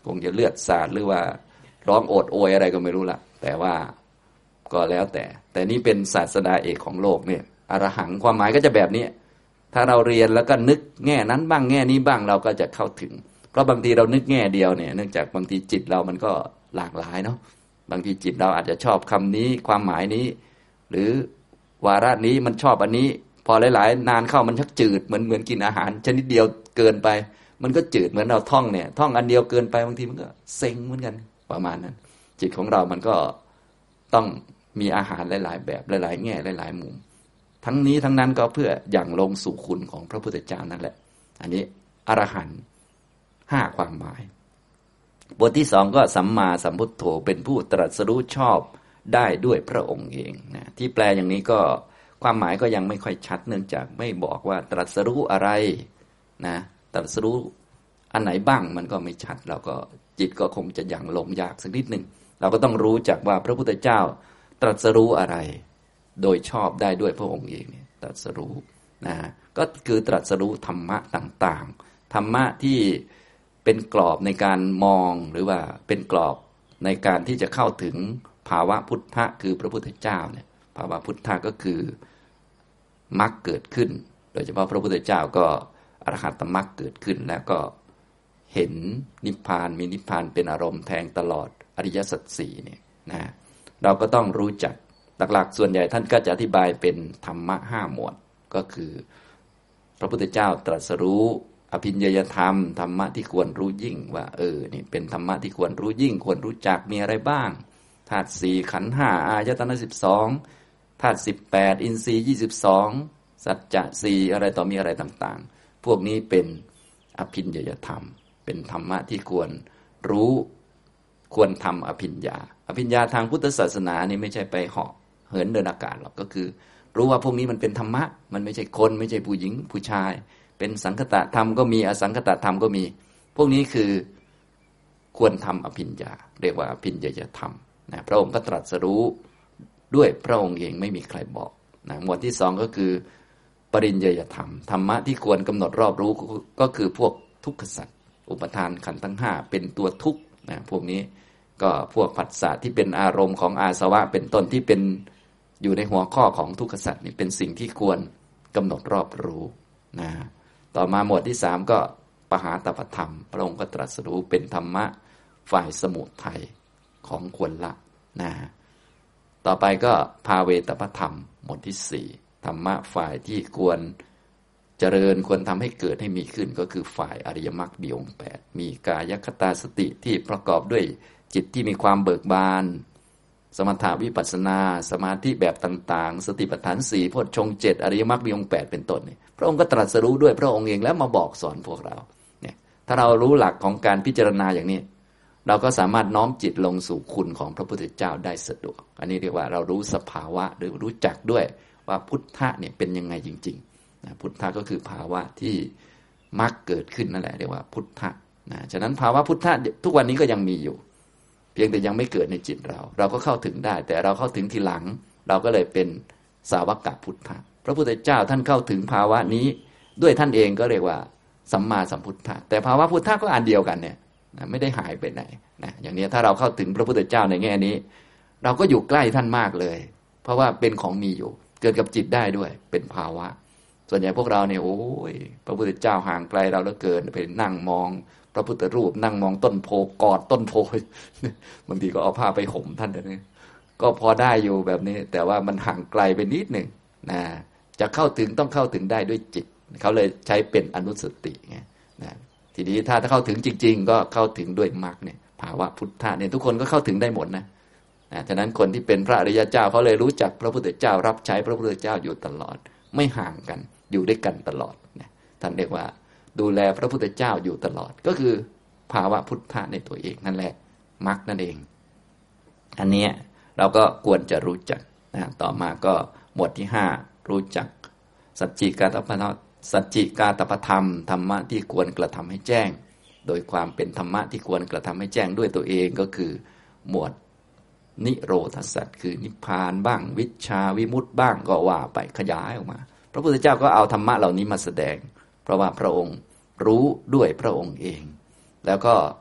คงจะเลือดสาดหรือว่าร้องโอดโอยอะไรก็ไม่รู้ละแต่ว่าก็แล้วแต่แต่นี่เป็นศาสดาเอกของโลกเนี่ยอรหังความหมายก็จะแบบนี้ถ้าเราเรียนแล้วก็นึกแง่นั้นบ้างแง่นี้บ้างเราก็จะเข้าถึงเพราะบางทีเรานึกแง่เดียวเนี่ยเนื่องจากบางทีจิตเรามันก็หลากหลายเนาะบางทีจิตเราอาจจะชอบคำนี้ความหมายนี้หรือวาระนี้มันชอบอันนี้พอหลายๆนานเข้ามันชักจืดเหมือนเหมือนกินอาหารชนิดเดียวเกินไปมันก็จืดเหมือนเราท่องเนี่ยท่องอันเดียวเกินไปบางทีมันก็เซ็งเหมือนกันประมาณนั้นจิตของเรามันก็ต้องมีอาหารหลายๆแบบหลายๆแง่หลายๆมุมทั้งนี้ทั้งนั้นก็เพื่ออย่างลงสู่คุณของพระพุทธเจ้านั่นแหละอันนี้อรหันต์ห้าความหมายบทที่สองก็สัมมาสัมพุทโธเป็นผู้ตรัสรู้ชอบได้ด้วยพระองค์เองนะที่แปลอย่างนี้ก็ความหมายก็ยังไม่ค่อยชัดเนื่องจากไม่บอกว่าตรัสรู้อะไรนะตรัสรู้อันไหนบ้างมันก็ไม่ชัดเราก็จิตก็คงจะยังลงยากสักนิดหนึ่งเราก็ต้องรู้จักว่าพระพุทธเจ้าตรัสรู้อะไรโดยชอบได้ด้วยพระองค์เองเนี่ยตรัสรู้นะก็คือตรัสรู้ธรรมะต่างๆธรรมะที่เป็นกรอบในการมองหรือว่าเป็นกรอบในการที่จะเข้าถึงภาวะพุทธะคือพระพุทธเจ้าเนี่ยภาวะพุทธะก็คือมรรคเกิดขึ้นโดยเฉพาะพระพุทธเจ้าก็อรหัตมรรคเกิดขึ้นแล้วก็เห็นนิพพานมีนิพพานเป็นอารมณ์แทงตลอดอริยสัจสี่เนี่ยนะเราก็ต้องรู้จักหลักๆส่วนใหญ่ท่านก็จะอธิบายเป็นธรรมะห้าหมวดก็คือพระพุทธเจ้าตรัสรู้อภิญญยธรรมธรรมะที่ควรรู้ยิ่งว่าเออนี่เป็นธรรมะที่ควรรู้ยิ่งควรรู้จักมีอะไรบ้างธาตุสี่ขันธ์ห้าอายตนะสิบสองธาตุสิบแปดอินทรีย์ยี่สิบสองสัจจะสี่อะไรต่อมีอะไรต่างๆพวกนี้เป็นอภิญญยธรรมเป็นธรรมะที่ควรรู้ควรทำอภิญญาอภิญญาทางพุทธศาสนานี่ไม่ใช่ไปเหาะเหินเดินอากาศหรอกก็คือรู้ว่าพวกนี้มันเป็นธรรมะมันไม่ใช่คนไม่ใช่ผู้หญิงผู้ชายเป็นสังคตธรรมก็มีอสังคตธรรมก็มีพวกนี้คือควรทำอภิญญาเรียกว่าอภิญญาธรรมนะพระองค์ก็ตรัสรู้ด้วยพระองค์เองไม่มีใครบอกนะหมวดที่สองก็คือปริญญาธรรมธรรมะที่ควรกำหนดรอบรู้ก็คือพวกทุกขสัจอุปทานขันธ์ทั้งห้าเป็นตัวทุกข์นะพวกนี้ก็พวกผัสสะที่เป็นอารมณ์ของอาสวะเป็นต้นที่เป็นอยู่ในหัวข้อของทุกขสัจนี่เป็นสิ่งที่ควรกำหนดรอบรู้นะต่อมาหมวดที่สามก็ปหาตปธรรมพระองค์ก็ตรัสรู้เป็นธรรมะฝ่ายสมุทัยของควรละนะต่อไปก็ภาเวตปธรรมหมวดที่สี่ธรรมะฝ่ายที่ควรเจริญควรทำให้เกิดให้มีขึ้นก็คือฝ่ายอริยมรรคมีองค์แปดมีกายคตาสติที่ประกอบด้วยจิตที่มีความเบิกบานสมถะวิปัสสนาสมาธิแบบต่างๆสติปัฏฐานสี่โพชฌงค์เจ็ดอริยมรรคมีองค์แปดเป็นต้นนี่พระองค์ก็ตรัสรู้ด้วยพระองค์เองแล้วมาบอกสอนพวกเราเนี่ยถ้าเรารู้หลักของการพิจารณาอย่างนี้เราก็สามารถน้อมจิตลงสู่คุณของพระพุทธเจ้าได้สะดวกอันนี้เรียกว่าเรารู้สภาวะหรือรู้จักด้วยว่าพุทธะเนี่ยเป็นยังไงจริงๆนะพุทธะก็คือภาวะที่มรรคเกิดขึ้นนั่นแหละเรียกว่าพุทธะนะฉะนั้นภาวะพุทธะทุกวันนี้ก็ยังมีอยู่เพียงแต่ยังไม่เกิดในจิตเราเราก็เข้าถึงได้แต่เราเข้าถึงทีหลังเราก็เลยเป็นสาวกพุทธะพระพุทธเจ้าท่านเข้าถึงภาวะนี้ด้วยท่านเองก็เรียกว่าสัมมาสัมพุทธะแต่ภาวะพุทธะก็อันเดียวกันเนี่ยนะไม่ได้หายไปไหนนะอย่างนี้ถ้าเราเข้าถึงพระพุทธเจ้าในแง่นี้เราก็อยู่ใกล้ท่านมากเลยเพราะว่าเป็นของมีอยู่เกิดกับจิตได้ด้วยเป็นภาวะส่วนใหญ่พวกเราเนี่ยโอ้ยพระพุทธเจ้าห่างไกลเราเหลือเกินไปนั่งมองพระพุทธรูปนั่งมองต้นโพกอดต้นโพบางทีก็เอาผ้าไปห่มท่านนี่ก็พอได้อยู่แบบนี้แต่ว่ามันห่างไกลไปนิดหนึ่งนะจะเข้าถึงต้องเข้าถึงได้ด้วยจิตเขาเลยใช้เป็นอนุสติไงนะทีนี้ถ้าถ้าเข้าถึงจริงๆก็เข้าถึงด้วยมรรคเนี่ยภาวะพุทธะเนี่ยทุกคนก็เข้าถึงได้หมดนะนะฉะนั้นคนที่เป็นพระอริยเจ้าเขาเลยรู้จักพระพุทธเจ้ารับใช้พระพุทธเจ้าอยู่ตลอดไม่ห่างกันอยู่ด้วยกันตลอดนะท่านเรียกว่าดูแลพระพุทธเจ้าอยู่ตลอดก็คือภาวะพุทธะในตัวเองนั่นแหละมรรคนั่นเองอันนี้เราก็ควรจะรู้จักนะต่อมาก็หมวดที่ห้ารู้จักสัจจิกาตปะสัจจิกาตปธรรมธรรมะที่ควรกระทำให้แจ้งโดยความเป็นธรรมะที่ควรกระทำให้แจ้งด้วยตัวเองก็คือหมวดนิโรธสัจคือนิพพานบ้างวิชชาวิมุตติบ้างก็ว่าไปขยายออกมาพระพุทธเจ้าก็เอาธรรมะเหล่านี้มาแสดงเพราะว่าพระองค์รู้ด้วยพระองค์เองแล้วก็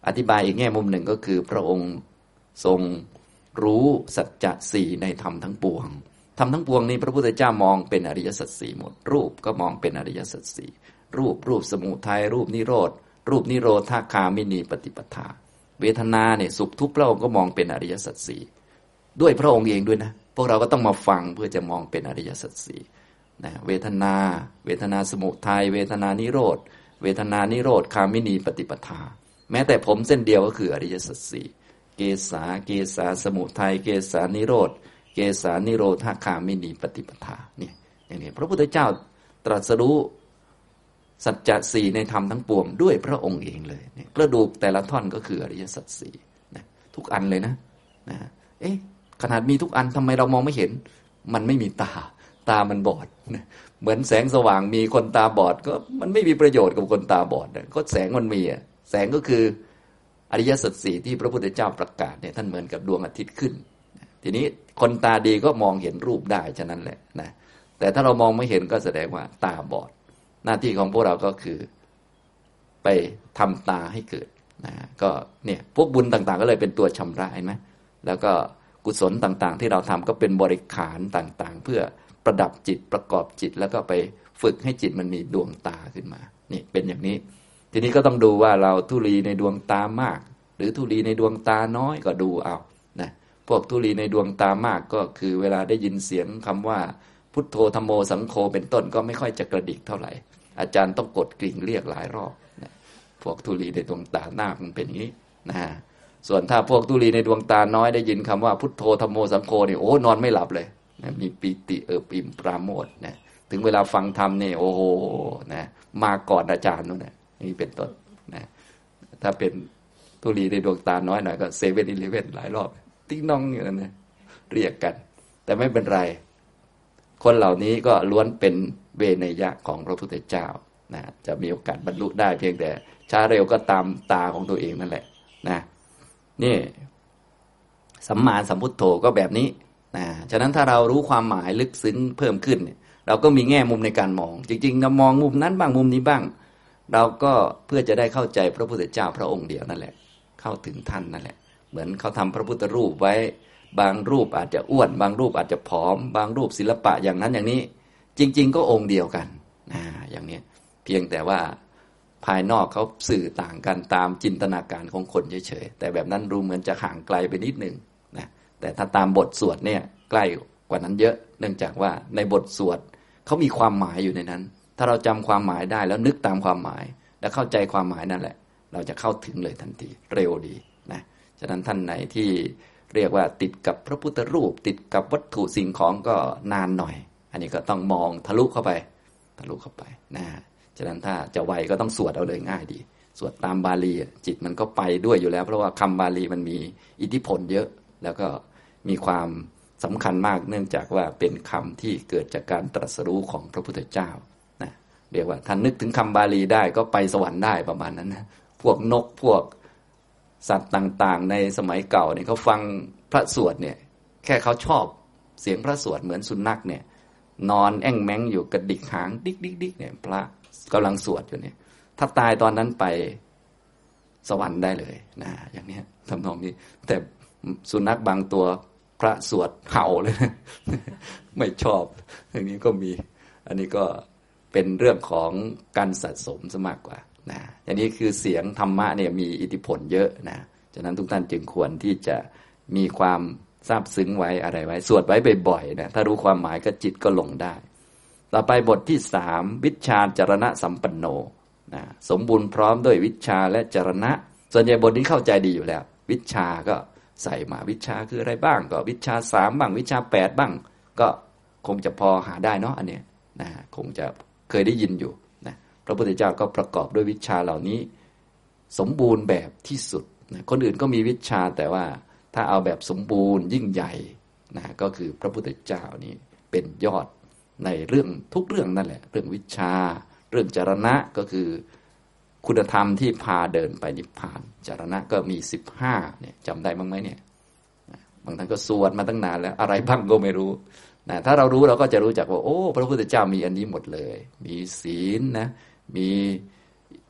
อธิบายอีกแง่มุมหนึ่งก็คือพระองค์ทรงรู้สัจจะสี่ในธรรมทั้งปวงธรรมทั้งปวงนี้พระพุทธเจ้ามองเป็นอริยสัจสี่หมดรูปก็มองเป็นอริยสัจสี่รูปรูปสมุทัยรูปนิโรธรูปนิโรธาคามินีปฏิปทาเวทนาเนี่ยสุขทุกข์พระองค์ก็มองเป็นอริยสัจสี่ด้วยพระองค์เองด้วยนะพวกเราก็ต้องมาฟังเพื่อจะมองเป็นอริยสัจสี่นะเวทนาเวทนาสมุทัยเวทนานิโรธเวทนานิโรธคามินีปฏิปทาแม้แต่ผมเส้นเดียวก็คืออริยสัจสี่เกสาเกสาสมุทัยเกสานิโรธเกสานิโรธาคามินีปฏิปทาเนี่ยอย่างนี้พระพุทธเจ้าตรัสรู้สัจจะสี่ในธรรมทั้งปวงด้วยพระองค์เองเลยเนี่ยกระดูกแต่ละท่อนก็คืออริยสัจสี่นะทุกอันเลยนะนะเอ๊ะขนาดมีทุกอันทำไมเรามองไม่เห็นมันไม่มีตาตามันบอดนะเหมือนแสงสว่างมีคนตาบอดก็มันไม่มีประโยชน์กับคนตาบอดนะก็แสงมันมีอ่ะแสงก็คืออริยสัจสี่ที่พระพุทธเจ้าประกาศเนี่ยท่านเหมือนกับดวงอาทิตย์ขึ้นทีนี้คนตาดีก็มองเห็นรูปได้ฉะนั้นแหละนะแต่ถ้าเรามองไม่เห็นก็แสดงว่าตาบอดหน้าที่ของพวกเราก็คือไปทำตาให้เกิดนะก็เนี่ยพวกบุญต่างๆก็เลยเป็นตัวชำระเห็นไหมแล้วก็กุศลต่างๆที่เราทำก็เป็นบริขารต่างๆเพื่อประดับจิตประกอบจิตแล้วก็ไปฝึกให้จิตมันมีดวงตาขึ้นมานี่เป็นอย่างนี้ทีนี้ก็ต้องดูว่าเราทุลีในดวงตามากหรือทุลีในดวงตาน้อยก็ดูเอานะพวกทุลีในดวงตามากก็คือเวลาได้ยินเสียงคำว่าพุทโธธัมโมสังโฆเป็นต้นก็ไม่ค่อยจะกระดิกเท่าไหร่อาจารย์ต้องกดกริ่งเรียกหลายรอบนะพวกทุลีในดวงตาหน้ามันเป็นอย่างนี้นะส่วนถ้าพวกทุลีในดวงตาน้อยได้ยินคำว่าพุทโธธัมโมสังโฆนี่โอ้นอนไม่หลับเลยนะมีปีติเอิบอิ่มปราโมทย์นะถึงเวลาฟังธรรมนี่โอ้โหนะมาก่อนอาจารย์นู่นนะนี่เป็นต้นนะถ้าเป็นทุลีในดวงตาน้อยหน่อยก็เซเว่นอีเลฟเว่นหลายรอบติ๊งน้องอย่างนั้นนะเรียกกันแต่ไม่เป็นไรคนเหล่านี้ก็ล้วนเป็นเวเนยะของพระพุทธเจ้านะจะมีโอกาสบรรลุได้เพียงแต่ช้าเร็วก็ตามตาของตัวเองนั่นแหละนะนี่สัมมาสัมพุทโธก็แบบนี้นะฉะนั้นถ้าเรารู้ความหมายลึกซึ้งเพิ่มขึ้นเนี่ยเราก็มีแง่มุมในการมองจริงๆเรามองมุมนั้นบ้างมุมนี้บ้างเราก็เพื่อจะได้เข้าใจพระพุทธเจ้าพระองค์เดียวนั่นแหละเข้าถึงท่านนั่นแหละเหมือนเขาทำพระพุทธรูปไว้บางรูปอาจจะอ้วนบางรูปอาจจะผอมบางรูปศิลปะอย่างนั้นอย่างนี้จริงๆก็องค์เดียวกันนะอย่างนี้เพียงแต่ว่าภายนอกเขาสื่อต่างกันตามจินตนาการของคนเฉยๆแต่แบบนั้นรู้เหมือนจะห่างไกลไปนิดนึงนะแต่ถ้าตามบทสวดเนี่ยใกล้กว่านั้นเยอะเนื่องจากว่าในบทสวดเขามีความหมายอยู่ในนั้นถ้าเราจำความหมายได้แล้วนึกตามความหมายและเข้าใจความหมายนั่นแหละเราจะเข้าถึงเลยทันทีเร็วดีนะฉะนั้นท่านไหนที่เรียกว่าติดกับพระพุทธรูปติดกับวัตถุสิ่งของก็นานหน่อยอันนี้ก็ต้องมองทะลุเข้าไปทะลุเข้าไปนะฉะนั้นถ้าจะไวก็ต้องสวดเอาเลยง่ายดีสวดตามบาลีจิตมันก็ไปด้วยอยู่แล้วเพราะว่าคำบาลีมันมีอิทธิพลเยอะแล้วก็มีความสำคัญมากเนื่องจากว่าเป็นคำที่เกิดจากการตรัสรู้ของพระพุทธเจ้านะเรียกว่าท่านนึกถึงคำบาลีได้ก็ไปสวรรค์ได้ประมาณนั้นนะพวกนกพวกสัตว์ต่างๆในสมัยเก่าเนี่ยเขาฟังพระสวดเนี่ยแค่เขาชอบเสียงพระสวดเหมือนสุนัขเนี่ยนอนแอ่งแม้งอยู่กระดิกหางดิ๊กดิ๊กดิ๊กเนี่ยพระกำลังสวดอยู่เนี่ยถ้าตายตอนนั้นไปสวรรค์ได้เลยนะอย่างนี้ทำนองนี้แต่สุนัขบางตัวพระสวดเห่าเลยนะไม่ชอบอย่างนี้ก็มีอันนี้ก็เป็นเรื่องของการสะสมซะมากกว่านะอย่างนี้คือเสียงธรรมะเนี่ยมีอิทธิพลเยอะนะฉะนั้นทุกท่านจึงควรที่จะมีความซาบซึ้งไว้อะไรไว้สวดไว้บ่อยๆนะถ้ารู้ความหมายก็จิตก็ลงได้ต่อไปบทที่สามวิชชาจรณะสัมปันโนนะสมบูรณ์พร้อมด้วยวิชชาและจรณะส่วนใหญ่บทนี้เข้าใจดีอยู่แล้ววิชชาก็ใส่มาวิชชาคืออะไรบ้างก็วิชชาสามบ้างวิชชาแปดบ้างก็คงจะพอหาได้เนาะอันเนี้ยนะคงจะเคยได้ยินอยู่นะพระพุทธเจ้าก็ประกอบด้วยวิชชาเหล่านี้สมบูรณ์แบบที่สุดนะคนอื่นก็มีวิชชาแต่ว่าถ้าเอาแบบสมบูรณ์ยิ่งใหญ่นะก็คือพระพุทธเจ้านี่เป็นยอดในเรื่องทุกเรื่องนั่นแหละเรื่องวิชาเรื่องจรณะก็คือคุณธรรมที่พาเดินไปนิพพานจรณะก็มีสิบห้าเนี่ยจำได้บ้างไหมเนี่ยบางท่านก็สวดมาตั้งนานแล้วอะไรบ้างก็ไม่รู้นะถ้าเรารู้เราก็จะรู้จักว่าโอ้พระพุทธเจ้ามีอันนี้หมดเลยมีศีลนะมี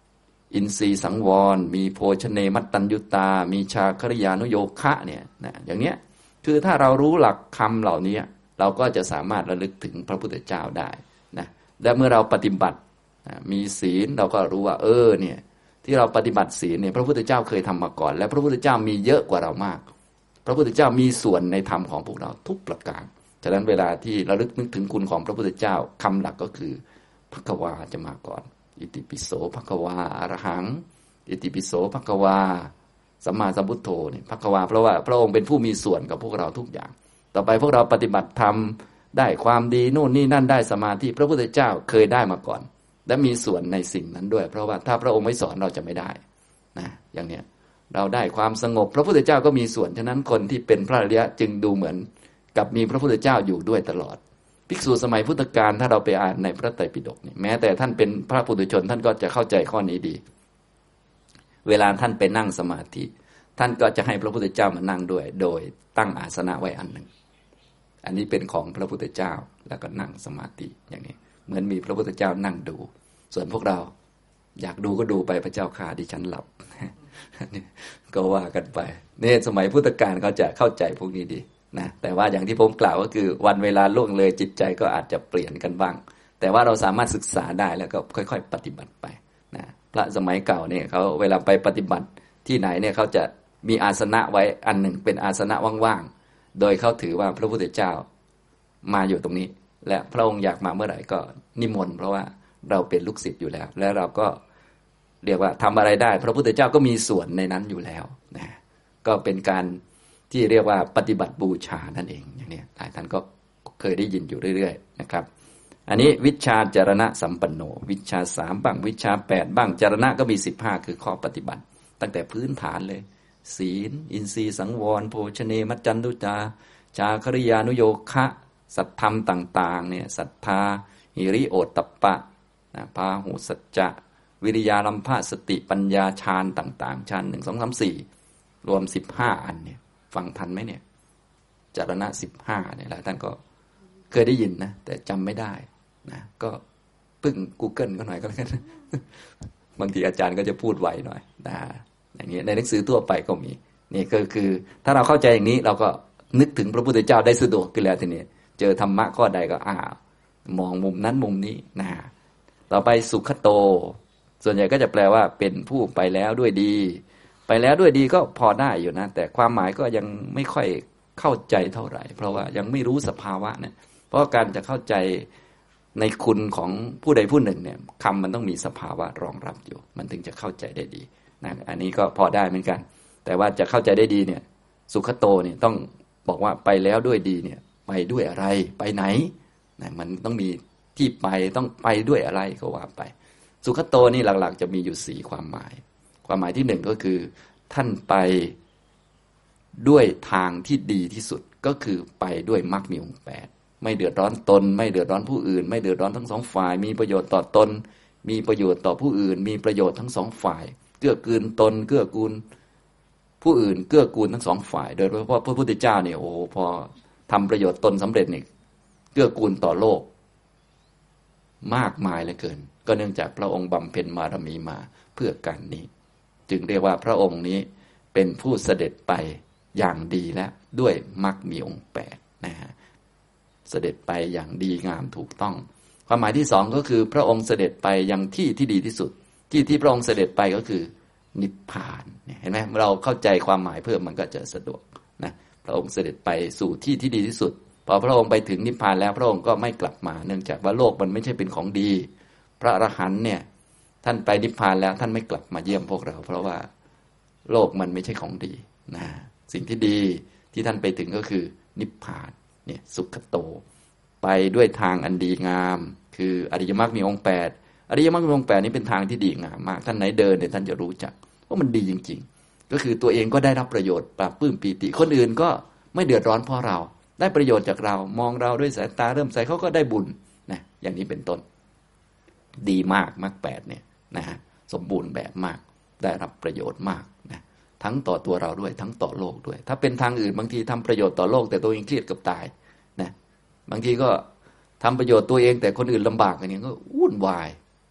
อินทรีย์สังวรมีโภชเนมัตตัญญุตามีชาคริยานุโยคะเนี่ยนะอย่างเนี้ยคือถ้าเรารู้หลักคำเหล่านี้เราก็จะสามารถระลึกถึงพระพุทธเจ้าได้นะและเมื่อเราปฏิบัติมีศีลเราก็รู้ว่าเออเนี่ยที่เราปฏิบัติศีลเนี่ยพระพุทธเจ้าเคยทำมาก่อนและพระพุทธเจ้ามีเยอะกว่าเรามากพระพุทธเจ้ามีส่วนในธรรมของพวกเราทุกประการฉะนั้นเวลาที่เราลึกนึกถึงคุณของพระพุทธเจ้าคำหลักก็คือภควาจะมาก่อนอิติปิโสภควาอรหังอิติปิโสภควาสัมมาสัมพุทโธเนี่ยภควาเพราะว่าพระองค์เป็นผู้มีส่วนกับพวกเราทุกอย่างต่อไปพวกเราปฏิบัติธรรมได้ความดีโน่นนี่นั่นได้สมาธิพระพุทธเจ้าเคยได้มาก่อนและมีส่วนในสิ่งนั้นด้วยเพราะว่าถ้าพระองค์ไม่สอนเราจะไม่ได้นะอย่างเนี้ยเราได้ความสงบพระพุทธเจ้าก็มีส่วนฉะนั้นคนที่เป็นพระอริยะจึงดูเหมือนกับมีพระพุทธเจ้าอยู่ด้วยตลอดภิกษุสมัยพุทธกาลถ้าเราไปอ่านในพระไตรปิฎกนี่แม้แต่ท่านเป็นพระปุถุชนท่านก็จะเข้าใจข้อนี้ดีเวลาท่านไปนั่งสมาธิท่านก็จะให้พระพุทธเจ้ามานั่งด้วยโดยตั้งอาสนะไว้อันหนึ่งอันนี้เป็นของพระพุทธเจ้าแล้วก็นั่งสมาธิอย่างนี้เหมือนมีพระพุทธเจ้านั่งดูส่วนพวกเราอยากดูก็ดูไปพระเจ้าข้าดิฉันหลับ ก็ว่ากันไปเนี่ยสมัยพุทธกาลเขาจะเข้าใจพวกนี้ดีนะแต่ว่าอย่างที่ผมกล่าวก็คือวันเวลาล่วงเลยจิตใจก็อาจจะเปลี่ยนกันบ้างแต่ว่าเราสามารถศึกษาได้แล้วก็ค่อยๆปฏิบัติไปนะพระสมัยเก่าเนี่ยเขาเวลาไปปฏิบัติที่ไหนเนี่ยเขาจะมีอาสนะไว้อันหนึ่งเป็นอาสนะว่างๆโดยเขาถือว่าพระพุทธเจ้ามาอยู่ตรงนี้และพระองค์อยากมาเมื่อไหร่ก็นิมนต์เพราะว่าเราเป็นลูกศิษย์อยู่แล้วและเราก็เรียกว่าทำอะไรได้พระพุทธเจ้าก็มีส่วนในนั้นอยู่แล้วนะก็เป็นการที่เรียกว่าปฏิบัติบูชานั่นเองอย่างนี้หลายท่านก็เคยได้ยินอยู่เรื่อยๆนะครับอันนี้วิชาจารณะสัมปันโนวิชาสามบ้างวิชาแปดบ้างจารณะก็มีสิบห้าคือข้อปฏิบัติตั้งแต่พื้นฐานเลยศีลอินทรีย์สังวรโภชเนมัจจันตุจาจาคริยานุโยคะสัทธรรมต่างๆเนี่ยศรัทธาหิริโอตตัปปะพาหุสัจจะวิริยาลัมภะสติปัญญาฌานต่างๆฌานหนึ่งสองสามสี่รวมสิบห้าอันเนี่ยฟังทันไหมเนี่ยจารณะสิบห้าเนี่ยหลายท่านก็เคยได้ยินนะแต่จำไม่ได้นะก็พึ่ง Google ก็หน่อยก็แล้วกันบางทีอาจารย์ก็จะพูดไวหน่อยนะอย่างนี้ในหนังสือทั่วไปก็มีนี่ก็คือถ้าเราเข้าใจอย่างนี้เราก็นึกถึงพระพุทธเจ้าได้สะดวกขึ้นแล้วทีนี้เจอธรรมะข้อใดก็อ่ามองมุมนั้นมุมนี้นะต่อไปสุขโตส่วนใหญ่ก็จะแปลว่าเป็นผู้ไปแล้วด้วยดีไปแล้วด้วยดีก็พอได้อยู่นะแต่ความหมายก็ยังไม่ค่อยเข้าใจเท่าไหร่เพราะว่ายังไม่รู้สภาวะเนี่ยเพราะการจะเข้าใจในคุณของผู้ใดผู้หนึ่งเนี่ยคำมันต้องมีสภาวะรองรับอยู่มันถึงจะเข้าใจได้ดีนะอันนี้ก็พอได้เหมือนกันแต่ว่าจะเข้าใจได้ดีเนี่ยสุขโตเนี่ยต้องบอกว่าไปแล้วด้วยดีเนี่ยไปด้วยอะไรไปไหนนะมันต้องมีที่ไปต้องไปด้วยอะไรก็ว่าไปสุขโตนี่หลักๆจะมีอยู่สี่ความหมายความหมายที่หนึ่งก็คือท่านไปด้วยทางที่ดีที่สุดก็คือไปด้วยมรรคมีองค์แปดไม่เดือดร้อนตนไม่เดือดร้อนผู้อื่นไม่เดือดร้อนทั้งสองฝ่ายมีประโยชน์ต่อตนมีประโยชน์ต่อผู้อื่นมีประโยชน์ทั้งสองฝ่ายเกื้อกูลตนเกื้อกูลผู้อื่นเกื้อกูลทั้งสองฝ่ายโดยเฉพาะพระพุทธเจ้าเนี่ยโอ้พอทำประโยชน์ตนสำเร็จเนี่ยเกื้อกูลต่อโลกมากมายเหลือเกินก็เนื่องจากพระองค์บำเพ็ญบารมีมาเพื่อการนี้จึงเรียกว่าพระองค์นี้เป็นผู้เสด็จไปอย่างดีแล้วด้วยมรรคมีองค์แปดนะฮะเสด็จไปอย่างดีงามถูกต้องความหมายที่สองก็คือพระองค์เสด็จไปยังที่ที่ดีที่สุดที่ที่พระองค์เสด็จไปก็คือนิพพานเห็นไหมเราเข้าใจความหมายเพิ่มมันก็จะสะดวกนะพระองค์เสด็จไปสู่ที่ที่ดีที่สุดพอพระองค์ไปถึงนิพพานแล้วพระองค์ก็ไม่กลับมาเนื่องจากว่าโลกมันไม่ใช่เป็นของดีพระอรหันต์เนี่ยท่านไปนิพพานแล้วท่านไม่กลับมาเยี่ยมพวกเราเพราะว่าโลกมันไม่ใช่ของดีนะสิ่งที่ดีที่ท่านไปถึงก็คือนิพพานเนี่ยสุขโตไปด้วยทางอันดีงามคืออริยมรรคมีองค์แปดอริยมรรคมีองค์แปดนี้เป็นทางที่ดีงามมากท่านไหนเดินเนี่ยท่านจะรู้จักว่ามันดีจริงๆก็คือตัวเองก็ได้รับประโยชน์ปราบปลื้มปีติคนอื่นก็ไม่เดือดร้อนเพราะเราได้ประโยชน์จากเรามองเราด้วยสายตาเริ่มใสเขาก็ได้บุญนะอย่างนี้เป็นต้นดีมากมรรคแปดเนี่ยนะฮะสมบูรณ์แบบมากได้รับประโยชน์มากนะทั้งต่อตัวเราด้วยทั้งต่อโลกด้วยถ้าเป็นทางอื่นบางทีทำประโยชน์ต่อโลกแต่ตัวเองเครียดกับตายนะบางทีก็ทำประโยชน์ตัวเองแต่คนอื่นลำบากอย่างนี้ก็วุ่นวาย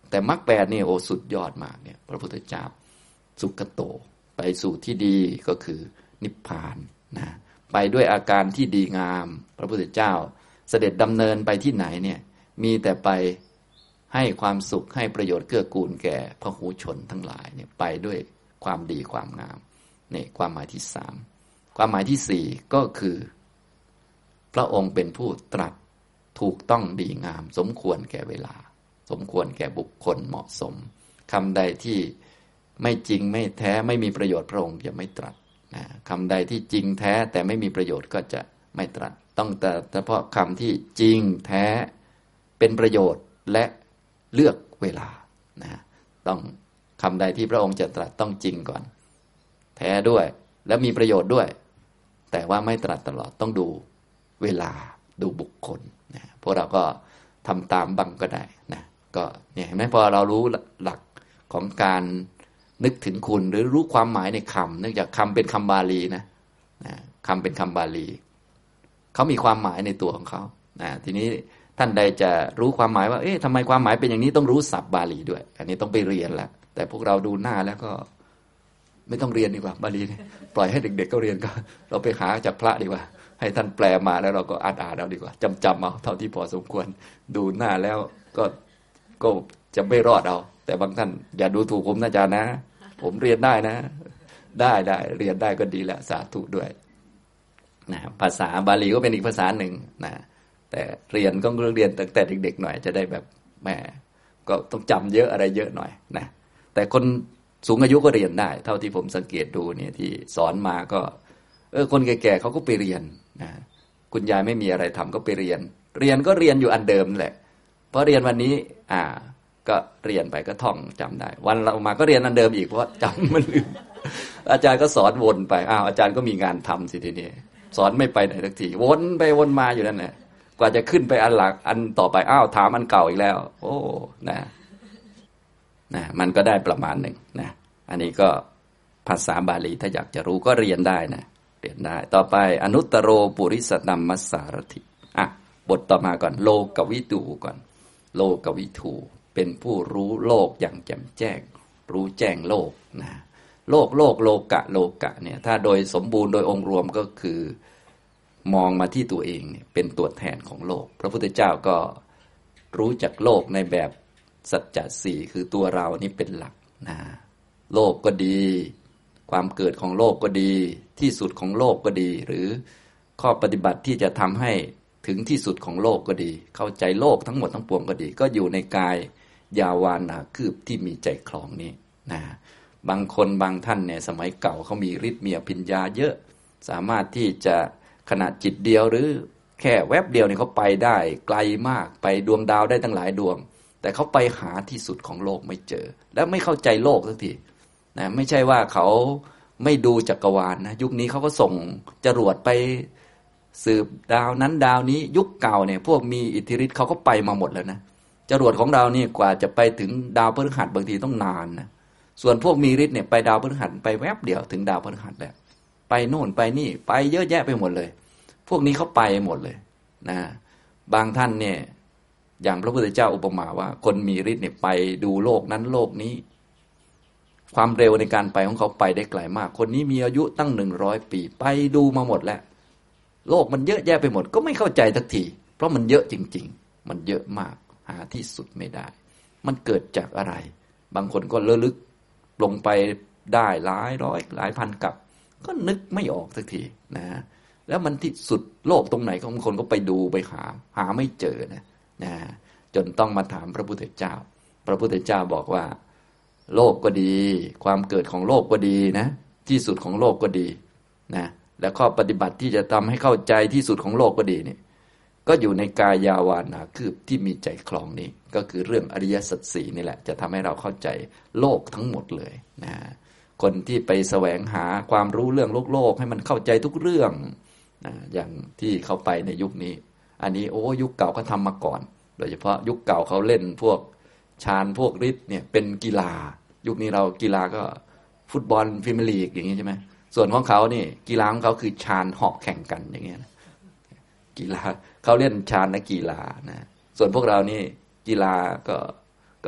แต่มรรคแปดนี่โอ้สุดยอดมากเนี่ยพระพุทธเจ้าสุขโตไปสู่ที่ดีก็คือนิพพานนะไปด้วยอาการที่ดีงามพระพุทธเจ้าเสด็จดำเนินไปที่ไหนเนี่ยมีแต่ไปให้ความสุขให้ประโยชน์เกื้อกูลแก่พหูชนทั้งหลายเนี่ยไปด้วยความดีความงามนี่ความหมายที่สามความหมายที่สี่ก็คือพระองค์เป็นผู้ตรัสถูกต้องดีงามสมควรแก่เวลาสมควรแก่บุคคลเหมาะสมคำใดที่ไม่จริงไม่แท้ไม่มีประโยชน์พระองค์จะไม่ตรัสนะคำใดที่จริงแท้แต่ไม่มีประโยชน์ก็จะไม่ตรัสต้องแต่เฉพาะคำที่จริงแท้เป็นประโยชน์และเลือกเวลานะต้องคำใดที่พระองค์จะตรัสต้องจริงก่อนแท้ด้วยและมีประโยชน์ด้วยแต่ว่าไม่ตรัสตลอดต้องดูเวลาดูบุคคลนะพวกเราก็ทำตามบังก็ได้นะก็เนี่ยเห็นไหมพอเรารู้หลักของการนึกถึงคุณหรือรู้ความหมายในคำเนื่องจากคำเป็นคำบาลีนะนะคำเป็นคำบาลีเขามีความหมายในตัวของเขานะทีนี้ท่านใดจะรู้ความหมายว่าเอ๊ะทำไมความหมายเป็นอย่างนี้ต้องรู้ศัพท์บาลีด้วยอันนี้ต้องไปเรียนแล้วแต่พวกเราดูหน้าแล้วก็ไม่ต้องเรียนดีกว่าบาลีเนี่ยปล่อยให้เด็กๆก็เรียนก็เราไปหาจากพระดีกว่าให้ท่านแปลมาแล้วเราก็อ่านอ่านเอาดีกว่าจำจำเอาเท่าที่พอสมควรดูหน้าแล้วก็ก็จะไม่รอดเอาแต่บางท่านอย่าดูถูกผมนะอาจารย์นะผมเรียนได้นะได้ได้เรียนได้ก็ดีแล้วสาธุด้วยนะภาษาบาลีก็เป็นอีกภาษาหนึ่งนะแต่เรียนก็เรียนตั้งแต่เด็กๆหน่อยจะได้แบบแหมก็ต้องจำเยอะอะไรเยอะหน่อยนะแต่คนสูงอายุก็เรียนได้เท่าที่ผมสังเกตดูเนี่ยที่สอนมาก็เออคนแก่ๆเขาก็ไปเรียนนะคุณยายไม่มีอะไรทำก็ไปเรียนเรียนก็เรียนอยู่อันเดิมแหละเพราะเรียนวันนี้อ่าก็เรียนไปก็ท่องจำได้วันเรามาก็เรียนอันเดิมอีกเพราะจำมันลืมอาจารย์ก็สอนวนไปอ้าวอาจารย์ก็มีงานทำสิทีนี้สอนไม่ไปไหนสักทีวนไปวนมาอยู่นั่นแหละกว่าจะขึ้นไปอันหลักอันต่อไปอ้าวถามอันเก่าอีกแล้วโอ้นะนะมันก็ได้ประมาณหนึ่งนะอันนี้ก็ภาษาบาลีถ้าอยากจะรู้ก็เรียนได้นะเรียนได้ต่อไปอนุตตโรปุริสธัมมัสสารถิอ่ะบทต่อมาก่อนโลกวิตูก่อนโลกวิทูเป็นผู้รู้โลกอย่างแจ่มแจ้งรู้แจ้งโลกนะโลกโลกโลกะโลกะเนี่ยถ้าโดยสมบูรณ์โดยองค์รวมก็คือมองมาที่ตัวเองเนี่ยเป็นตัวแทนของโลกพระพุทธเจ้าก็รู้จักโลกในแบบสัจจะสี่คือตัวเรานี่เป็นหลักนะโลกก็ดีความเกิดของโลกก็ดีที่สุดของโลกก็ดีหรือข้อปฏิบัติที่จะทำให้ถึงที่สุดของโลกก็ดีเข้าใจโลกทั้งหมดทั้งปวงก็ดีก็อยู่ในกายยาวานาคืบที่มีใจคลองนี้นะบางคนบางท่านเนี่ยสมัยเก่าเขามีฤทธิ์มีอภิญญาเยอะสามารถที่จะขนาดจิตเดียวหรือแค่แวบเดียวเนี่ยเขาไปได้ไกลมากไปดวงดาวได้ตั้งหลายดวงแต่เขาไปหาที่สุดของโลกไม่เจอและไม่เข้าใจโลกสักทีนะไม่ใช่ว่าเขาไม่ดูจักรวาลนะยุคนี้เขาก็ส่งจรวดไปสืบดาวนั้นดาวนี้ยุคเก่าเนี่ยพวกมีอิทธิฤทธิ์เขาก็ไปมาหมดแล้วนะจรวดของเรานี่กว่าจะไปถึงดาวพฤหัสบางทีต้องนานนะส่วนพวกมีฤทธิ์เนี่ยไปดาวพฤหัสไปแวบเดียวถึงดาวพฤหัสแล้วไปโน่นไปนี่ไปเยอะแยะไปหมดเลยพวกนี้เขาไปหมดเลยนะบางท่านเนี่ยอย่างพระพุทธเจ้าอุปมาว่าคนมีฤทธิ์เนี่ยไปดูโลกนั้นโลกนี้ความเร็วในการไปของเขาไปได้ไกลมากคนนี้มีอายุตั้งหนึ่งร้อยปีไปดูมาหมดแล้วโลกมันเยอะแยะไปหมดก็ไม่เข้าใจสักทีเพราะมันเยอะจริงๆมันเยอะมากหาที่สุดไม่ได้มันเกิดจากอะไรบางคนก็ระลึกลงไปได้หลายร้อยหลายพันกับก็นึกไม่ออกสักทีนะแล้วมันที่สุดโลกตรงไหนของบางคนก็ไปดูไปหาหาไม่เจอนะนะจนต้องมาถามพระพุทธเจ้าพระพุทธเจ้าบอกว่าโลกก็ดีความเกิดของโลกก็ดีนะที่สุดของโลกก็ดีนะแล้วข้อปฏิบัติที่จะทำให้เข้าใจที่สุดของโลกก็ดีเนี่ยก็อยู่ในกายาวานาคืบที่มีใจคลองนี้ก็คือเรื่องอริยสัจสี่นี่แหละจะทำให้เราเข้าใจโลกทั้งหมดเลยนะคนที่ไปแสวงหาความรู้เรื่องโลกโลกให้มันเข้าใจทุกเรื่องนะอย่างที่เขาไปในยุคนี้อันนี้โอ้ยุคเก่าเขาทำมาก่อนโดยเฉพาะยุคเก่าเขาเล่นพวกฌานพวกฤทธิ์เนี่ยเป็นกีฬายุคนี้เรากีฬาก็ฟุตบอลพรีเมียร์ลีกอย่างนี้ใช่ไหมส่วนของเขานี่กีฬาของเขาคือฌานเหาะแข่งกันอย่างเงี้ยนะกีฬาเขาเล่นฌานและกีฬานะส่วนพวกเรานี่กีฬาก็ก็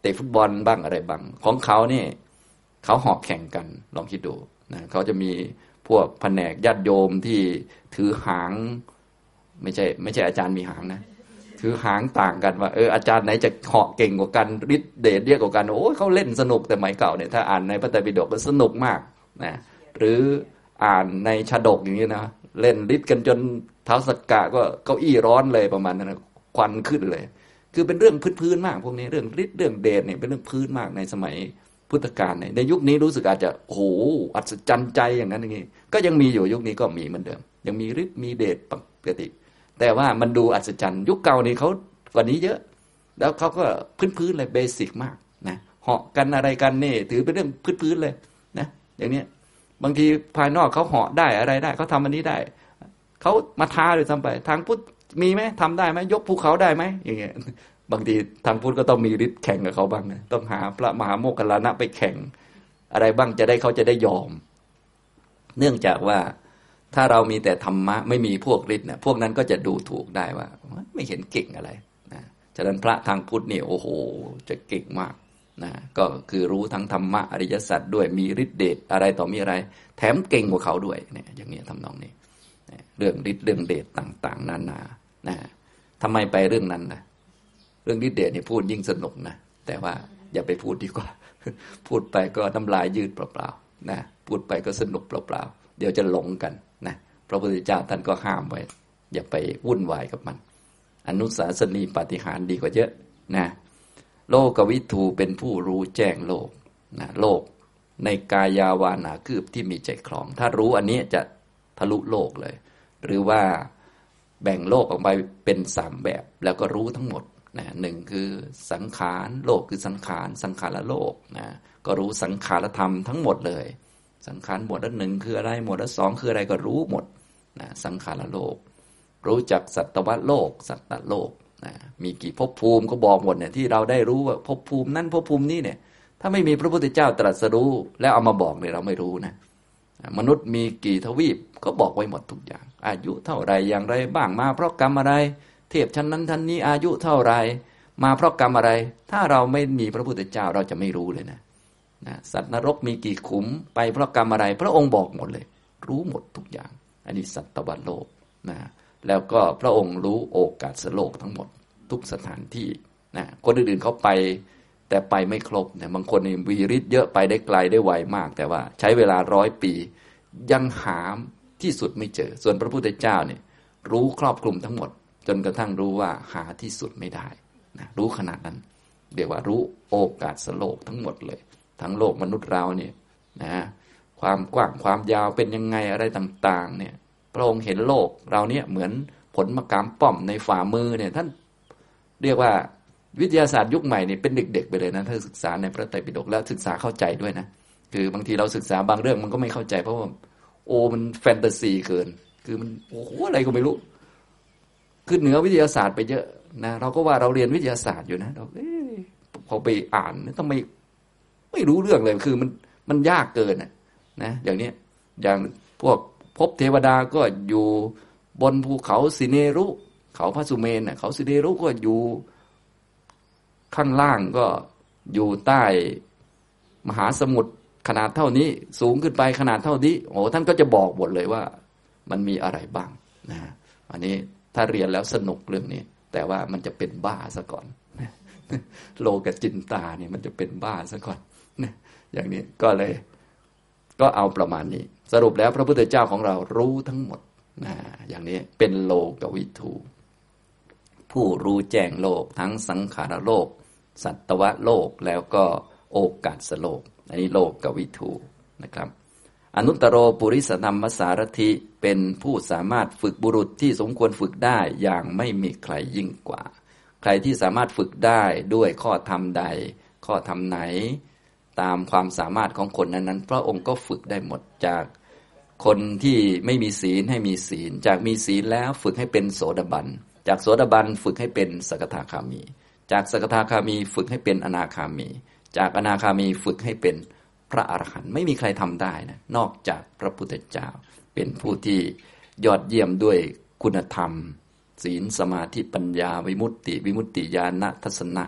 เตะฟุตบอลบ้างอะไรบ้างของเขาเนี่ยเขาเหาะแข่งกันลองคิดดูนะเขาจะมีพวกแผนกญาติโยมที่ถือหางไม่ใช่ไม่ใช่อาจารย์มีหางนะถือหางต่างกันว่าเอออาจารย์ไหนจะเหาะเก่งกว่ากันฤทธิ์เดชเยอะกว่ากันโอ้ยเขาเล่นสนุกแต่สมัยเก่าเนี่ยถ้าอ่านในพระไตรปิฎกก็สนุกมากนะหรืออ่านในชาดกอย่างนี้นะเล่นฤทธิ์กันจนท้าวสักกะก็เก้าอี้ร้อนเลยประมาณนั้นนะควันขึ้นเลยคือเป็นเรื่องพื้นๆมากพวกนี้เรื่องฤทธิ์เรื่องเดชเนี่ยเป็นเรื่องพื้นมากในสมัยพุทธกาลในยุคนี้รู้สึกอาจจะโอ้โหอัศจรรย์ใจอย่างนั้นอย่างนี้ก็ยังมีอยู่ยุคนี้ก็มีเหมือนเดิมยังมีฤทธิ์มีเดชปกติแต่ว่ามันดูอัศจรรย์ยุคเก่านี้เขากว่านี้เยอะแล้วเขาก็พื้นๆเลยเบสิกมากนะเหาะกันอะไรกันนี่ถือเป็นเรื่องพื้นๆเลยนะอย่างนี้บางทีภายนอกเขาเหาะได้อะไรได้เขาทำอันนี้ได้เขามาท้าเลยทำไปทางพุทธมีไหมทำได้ไหมยกภูเขาได้ไหมอย่างเงี้ยบางทีทางพุทธก็ต้องมีฤทธิ์แข่งกับเขาบ้างนะต้องหาพระมหาโมคคัลลานะไปแข่งอะไรบ้างจะได้เขาจะได้ยอมเนื่องจากว่าถ้าเรามีแต่ธรรมะไม่มีพวกฤทธิ์เนี่ยพวกนั้นก็จะดูถูกได้ว่าไม่เห็นเก่งอะไรนะฉะนั้นพระทางพุทธเนี่ยโอ้โหจะเก่งมากนะก็คือรู้ทั้งธรรมะอริยสัจด้วยมีฤทธิ์เดชอะไรต่อมีอะไรแถมเก่งกว่าเขาด้วยเนี่ยอย่างนี้ทำนองนี้เรื่องฤทธิ์เรื่องเดชต่างๆนานานะทำไมไปเรื่องนั้นนะเรื่องฤทธิ์เดชเนี่ยพูดยิ่งสนุกนะแต่ว่าอย่าไปพูดดีกว่าพูดไปก็น้ำลายยืดเปล่าๆนะพูดไปก็สนุกเปล่าๆเดี๋ยวจะหลงกันนะพระพุทธเจ้าท่านก็ห้ามไว้อย่าไปวุ่นวายกับมันอนุสาสนีปาฏิหาริย์ดีกว่าเยอะนะโลกวิถูเป็นผู้รู้แจ้งโลกนะโลกในกายาวานาคืบที่มีใจคลองถ้ารู้อันนี้จะทะลุโลกเลยหรือว่าแบ่งโลกออกไปเป็นสามแบบแล้วก็รู้ทั้งหมดนะหนึ่งคือสังขารโลกคือสังขารสังขารโลกนะก็รู้สังขารธรรมทั้งหมดเลยสังขารหมวดละหนึ่งคืออะไรหมวดละสองคืออะไรก็รู้หมดนะสังขารโลกรู้จักสัตวโลกสัตตโลกนะมีกี่ภพภูมิก็บอกหมดเนี่ยที่เราได้รู้ว่าภพภูมินั้นภพภูมินี้เนี่ยถ้าไม่มีพระพุทธเจ้าตรัสรู้แล้วเอามาบอกเนี่ยเราไม่รู้นะมนุษย์มีกี่ทวีปก็บอกไว้หมดทุกอย่างอายุเท่าไรอย่างไรบ้างมาเพราะกรรมอะไรเทพชั้นนั้นชั้นนี้อายุเท่าไรมาเพราะกรรมอะไรถ้าเราไม่มีพระพุทธเจ้าเราจะไม่รู้เลยนะนะสัตว์นรกมีกี่ขุมไปเพราะกรรมอะไรพระองค์บอกหมดเลยรู้หมดทุกอย่างอันนี้สัตวโลกนะแล้วก็พระองค์รู้โอกาสโลกทั้งหมดทุกสถานที่นะคนอื่นๆเขาไปแต่ไปไม่ครบเนี่ยบางคนนี่วีฤทธิ์เยอะไปได้ไกลได้ไวมากแต่ว่าใช้เวลาร้อยปียังหาที่สุดไม่เจอส่วนพระพุทธเจ้าเนี่ยรู้ครอบคลุมทั้งหมดจนกระทั่งรู้ว่าหาที่สุดไม่ได้นะรู้ขนาดนั้นเรียกว่ารู้โอกาสโลกทั้งหมดเลยทั้งโลกมนุษย์เราเนี่ยนะความกว้างความยาวเป็นยังไงอะไรต่างๆเนี่ยพระองค์เห็นโลกเราเนี่ยเหมือนผลมะขามป้อมในฝ่ามือเนี่ยท่านเรียกว่าวิทยาศาสตร์ยุคใหม่เนี่ยเป็นเด็กๆไปเลยนะถ้าศึกษาในพระไตรปิฎกแล้วศึกษาเข้าใจด้วยนะคือบางทีเราศึกษาบางเรื่องมันก็ไม่เข้าใจเพราะว่าโอ้มันแฟนตาซีเกินคือมันโอ้โหอะไรก็ไม่รู้คือเหนือวิทยาศาสตร์ไปเยอะนะเราก็ว่าเราเรียนวิทยาศาสตร์อยู่นะเราเอ๊ะพอไปอ่านทำไมไม่รู้เรื่องเลยคือมันมันยากเกินนะนะอย่างนี้อย่างพวกภพเทวดาก็อยู่บนภูเขาสิเนรุเขาพระสุเมนน่ะเขาสิเนรุก็อยู่ข้างล่างก็อยู่ใต้มหาสมุทรขนาดเท่านี้สูงขึ้นไปขนาดเท่านี้โอ้ท่านก็จะบอกหมดเลยว่ามันมีอะไรบ้างนะอันนี้ถ้าเรียนแล้วสนุกเรื่องนี้แต่ว่ามันจะเป็นบ้าซะก่อนโลกจินตาเนี่ยมันจะเป็นบ้าซะก่อนอย่างนี้ก็เลยก็เอาประมาณนี้สรุปแล้วพระพุทธเจ้าของเรารู้ทั้งหมดนะอย่างนี้เป็นโลกวิถูผู้รู้แจ้งโลกทั้งสังขารโลกสัตวโลกแล้วก็โอกาสโลกอันนี้โลกวิถูนะครับอนุตตโรปุริสธรรมสารถิเป็นผู้สามารถฝึกบุรุษที่สมควรฝึกได้อย่างไม่มีใครยิ่งกว่าใครที่สามารถฝึกได้ด้วยข้อธรรมใดข้อธรรมไหนตามความสามารถของคนนั้นๆพระองค์ก็ฝึกได้หมดจากคนที่ไม่มีศีลให้มีศีลจากมีศีลแล้วฝึกให้เป็นโสดาบันจากโสดาบันฝึกให้เป็นสกทาคามีจากสกทาคามีฝึกให้เป็นอนาคามีจากอนาคามีฝึกให้เป็นพระอรหันต์ไม่มีใครทำได้นะนอกจากพระพุทธเจ้าเป็นผู้ที่ยอดเยี่ยมด้วยคุณธรรมศีลสมาธิปัญญาวิมุตติวิมุตติญาณทัศนะ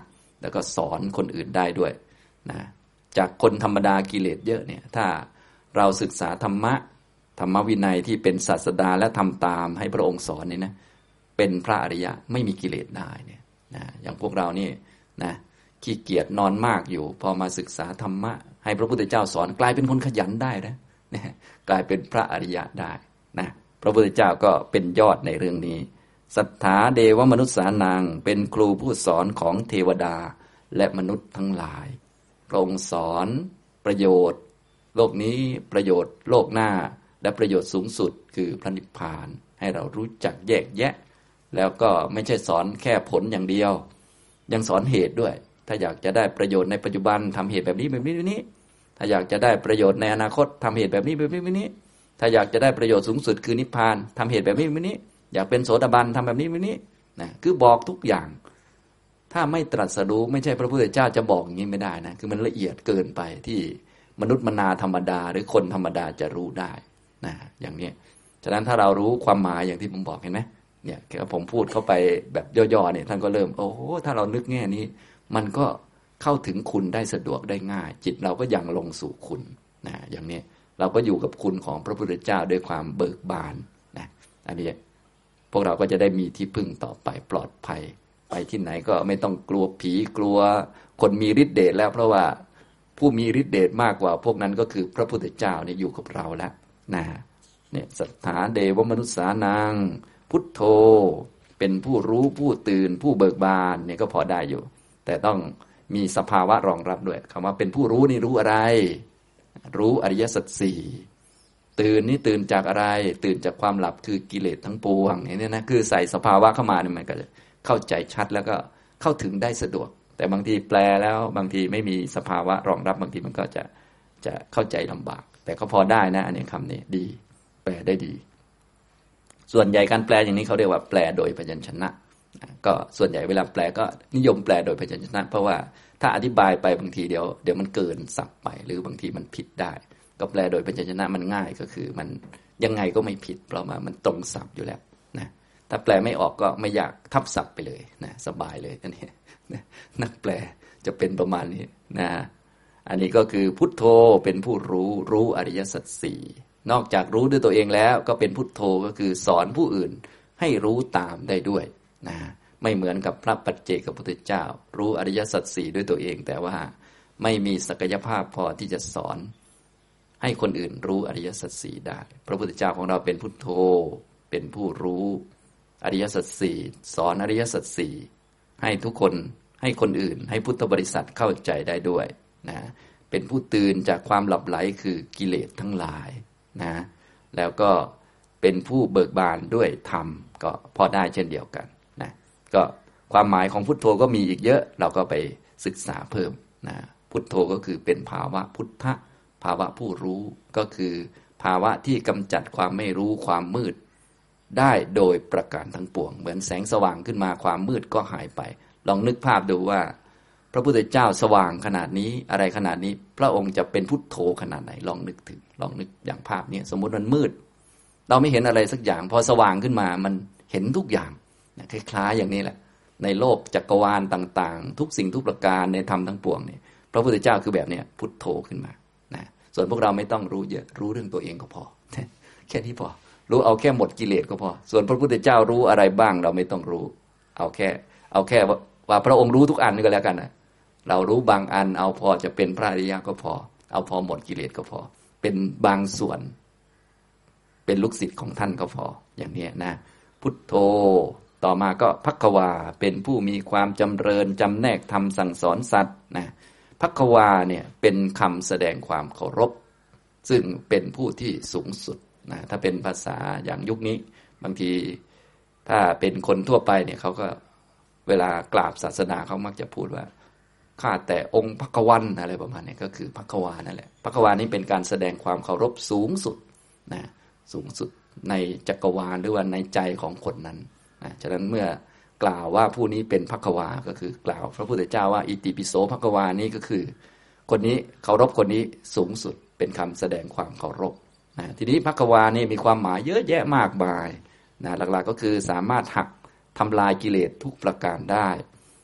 แล้วก็สอนคนอื่นได้ด้วยนะจากคนธรรมดากิเลสเยอะเนี่ยถ้าเราศึกษาธรรมะธรรมวินัยที่เป็นศาสดาและทำตามให้พระองค์สอนนี่นะเป็นพระอริยะไม่มีกิเลสได้เนี่ยนะอย่างพวกเรานี่นะขี้เกียจนอนมากอยู่พอมาศึกษาธรรมะให้พระพุทธเจ้าสอนกลายเป็นคนขยันได้นะนะกลายเป็นพระอริยะได้นะพระพุทธเจ้าก็เป็นยอดในเรื่องนี้สัทธาเดวมนุษสานังเป็นครูผู้สอนของเทวดาและมนุษย์ทั้งหลายพระองค์สอนประโยชน์โลกนี้ประโยชน์โลกหน้าและประโยชน์สูงสุดคือพระนิพพานให้เรารู้จักแยกแยะแล้วก็ไม่ใช่สอนแค่ผลอย่างเดียวยังสอนเหตุด้วยถ้าอยากจะได้ประโยชน์ในปัจจุบันทำเหตุแบบนี้แบบนี้แบบนี้ถ้าอยากจะได้ประโยชน์ในอนาคตทำเหตุแบบนี้แบบนี้แบบนี้ถ้าอยากจะได้ประโยชน์สูงสุดคือนิพพานทำเหตุแบบนี้แบบนี้อยากเป็นโสดาบันทำแบบนี้แบบนี้นะคือบอกทุกอย่างถ้าไม่ตรัสรู้ไม่ใช่พระพุทธเจ้าจะบอกอย่างนี้ไม่ได้นะคือมันละเอียดเกินไปที่มนุษย์มนาธรรมดาหรือคนธรรมดาจะรู้ได้นะอย่างนี้ฉะนั้นถ้าเรารู้ความหมายอย่างที่ผมบอกเห็นไหมเนี่ยแค่ผมพูดเข้าไปแบบย่อๆเนี่ยท่านก็เริ่มโอ้โหถ้าเรานึกแง่นี้มันก็เข้าถึงคุณได้สะดวกได้ง่ายจิตเราก็ยังลงสู่คุณนะอย่างนี้เราก็อยู่กับคุณของพระพุทธเจ้าด้วยความเบิกบานนะอันนี้พวกเราก็จะได้มีที่พึ่งต่อไปปลอดภัยไปที่ไหนก็ไม่ต้องกลัวผีกลัวคนมีฤทธิ์เดชแล้วเพราะว่าผู้มีฤทธิ์เดชมากกว่าพวกนั้นก็คือพระพุทธเจ้าเนี่ยอยู่กับเราแล้วนะเนี่ยสัทธาเดวมนุษสานังพุทโธเป็นผู้รู้ผู้ตื่นผู้เบิกบานเนี่ยก็พอได้อยู่แต่ต้องมีสภาวะรองรับด้วยคำว่าเป็นผู้รู้นี่รู้อะไรรู้อริยสัจสี่ตื่นนี่ตื่นจากอะไรตื่นจากความหลับคือกิเลสทั้งปวงเนี่ยนะคือใส่สภาวะเข้ามาเนี่ยมันก็จะเข้าใจชัดแล้วก็เข้าถึงได้สะดวกแต่บางทีแปลแล้วบางทีไม่มีสภาวะรองรับบางทีมันก็จะจะเข้าใจลำบากแต่ก็พอได้นะอันนี้คำนี้ดีแปลได้ดีส่วนใหญ่การแปลอย่างนี้เขาเรียกว่าแปลโดยพยัญชนะก็ส่วนใหญ่เวลาแปลก็นิยมแปลโดยพยัญชนะเพราะว่าถ้าอธิบายไปบางทีเดี๋ยวเดี๋ยวมันเกินศัพท์ไปหรือบางทีมันผิดได้ก็แปลโดยพยัญชนะมันง่ายก็คือมันยังไงก็ไม่ผิดเพราะว่ามันตรงศัพท์อยู่แล้วนะถ้าแปลไม่ออกก็ไม่อยากทับศัพท์ไปเลยนะสบายเลยอันนี้นักแปลจะเป็นประมาณนี้นะอันนี้ก็คือพุทโธเป็นผู้รู้รู้อริยสัจสี่นอกจากรู้ด้วยตัวเองแล้วก็เป็นพุทโธก็คือสอนผู้อื่นให้รู้ตามได้ด้วยนะไม่เหมือนกับพระปัจเจกพุทธเจ้ารู้อริยสัจสี่ด้วยตัวเองแต่ว่าไม่มีศักยภาพพอที่จะสอนให้คนอื่นรู้อริยสัจสี่ได้พระพุทธเจ้าของเราเป็นพุทโธเป็นผู้รู้อริยสัจสี่สอนอริยสัจสี่ให้ทุกคนให้คนอื่นให้พุทธบริษัทเข้าใจได้ด้วยนะเป็นผู้ตื่นจากความหลับไหลคือกิเลสทั้งหลายนะแล้วก็เป็นผู้เบิกบานด้วยธรรมก็พอได้เช่นเดียวกันนะก็ความหมายของพุทโธก็มีอีกเยอะเราก็ไปศึกษาเพิ่มนะพุทโธก็คือเป็นภาวะพุทธะภาวะผู้รู้ก็คือภาวะที่กำจัดความไม่รู้ความมืดได้โดยประการทั้งปวงเหมือนแสงสว่างขึ้นมาความมืดก็หายไปลองนึกภาพดูว่าพระพุทธเจ้าสว่างขนาดนี้อะไรขนาดนี้พระองค์จะเป็นพุทโธขนาดไหนลองนึกถึงลองนึกอย่างภาพนี้สมมุติมันมืดเราไม่เห็นอะไรสักอย่างพอสว่างขึ้นมามันเห็นทุกอย่างนะคล้ายๆอย่างนี้แหละในโลกจักรวาลต่างๆทุกสิ่งทุกประการในธรรมทั้งปวงเนี่ยพระพุทธเจ้าคือแบบนี้พุทโธขึ้นมานะส่วนพวกเราไม่ต้องรู้เยอะรู้เรื่องตัวเองก็พอแค่นี้พอรู้เอาแค่หมดกิเลสก็พอส่วนพระพุทธเจ้ารู้อะไรบ้างเราไม่ต้องรู้เอาแค่เอาแค่ว่าพระองค์รู้ทุกอันนี่ก็แล้วกันนะเรารู้บางอันเอาพอจะเป็นพระอริยะก็พอเอาพอหมดกิเลสก็พอเป็นบางส่วนเป็นลูกศิษย์ของท่านก็พออย่างนี้นะพุทโธต่อมาก็ภักขวาเป็นผู้มีความจำเริญจำแนกธรรมสั่งสอนสัตว์นะภักขวาเนี่ยเป็นคำแสดงความเคารพซึ่งเป็นผู้ที่สูงสุดนะถ้าเป็นภาษาอย่างยุคนี้บางทีถ้าเป็นคนทั่วไปเนี่ยเขาก็เวลากราบศาสนาเขามักจะพูดว่าข้าแต่องค์ภักวันอะไรประมาณนี้ก็คือภักวานั่นแหละภักวานี่เป็นการแสดงความเคารพสูงสุดนะสูงสุดในจักรวาลหรือว่าในใจของคนนั้นนะฉะนั้นเมื่อกล่าวว่าผู้นี้เป็นภักวาก็คือกล่าวพระพุทธเจ้าว่าอิติปิโสภักวานี้ก็คือคนนี้เคารพคนนี้สูงสุดเป็นคำแสดงความเคารพนะทีนี้ภักวานี่มีความหมายเยอะแยะมากมายนะหลักๆก็คือสามารถหักทำลายกิเลสทุกประการได้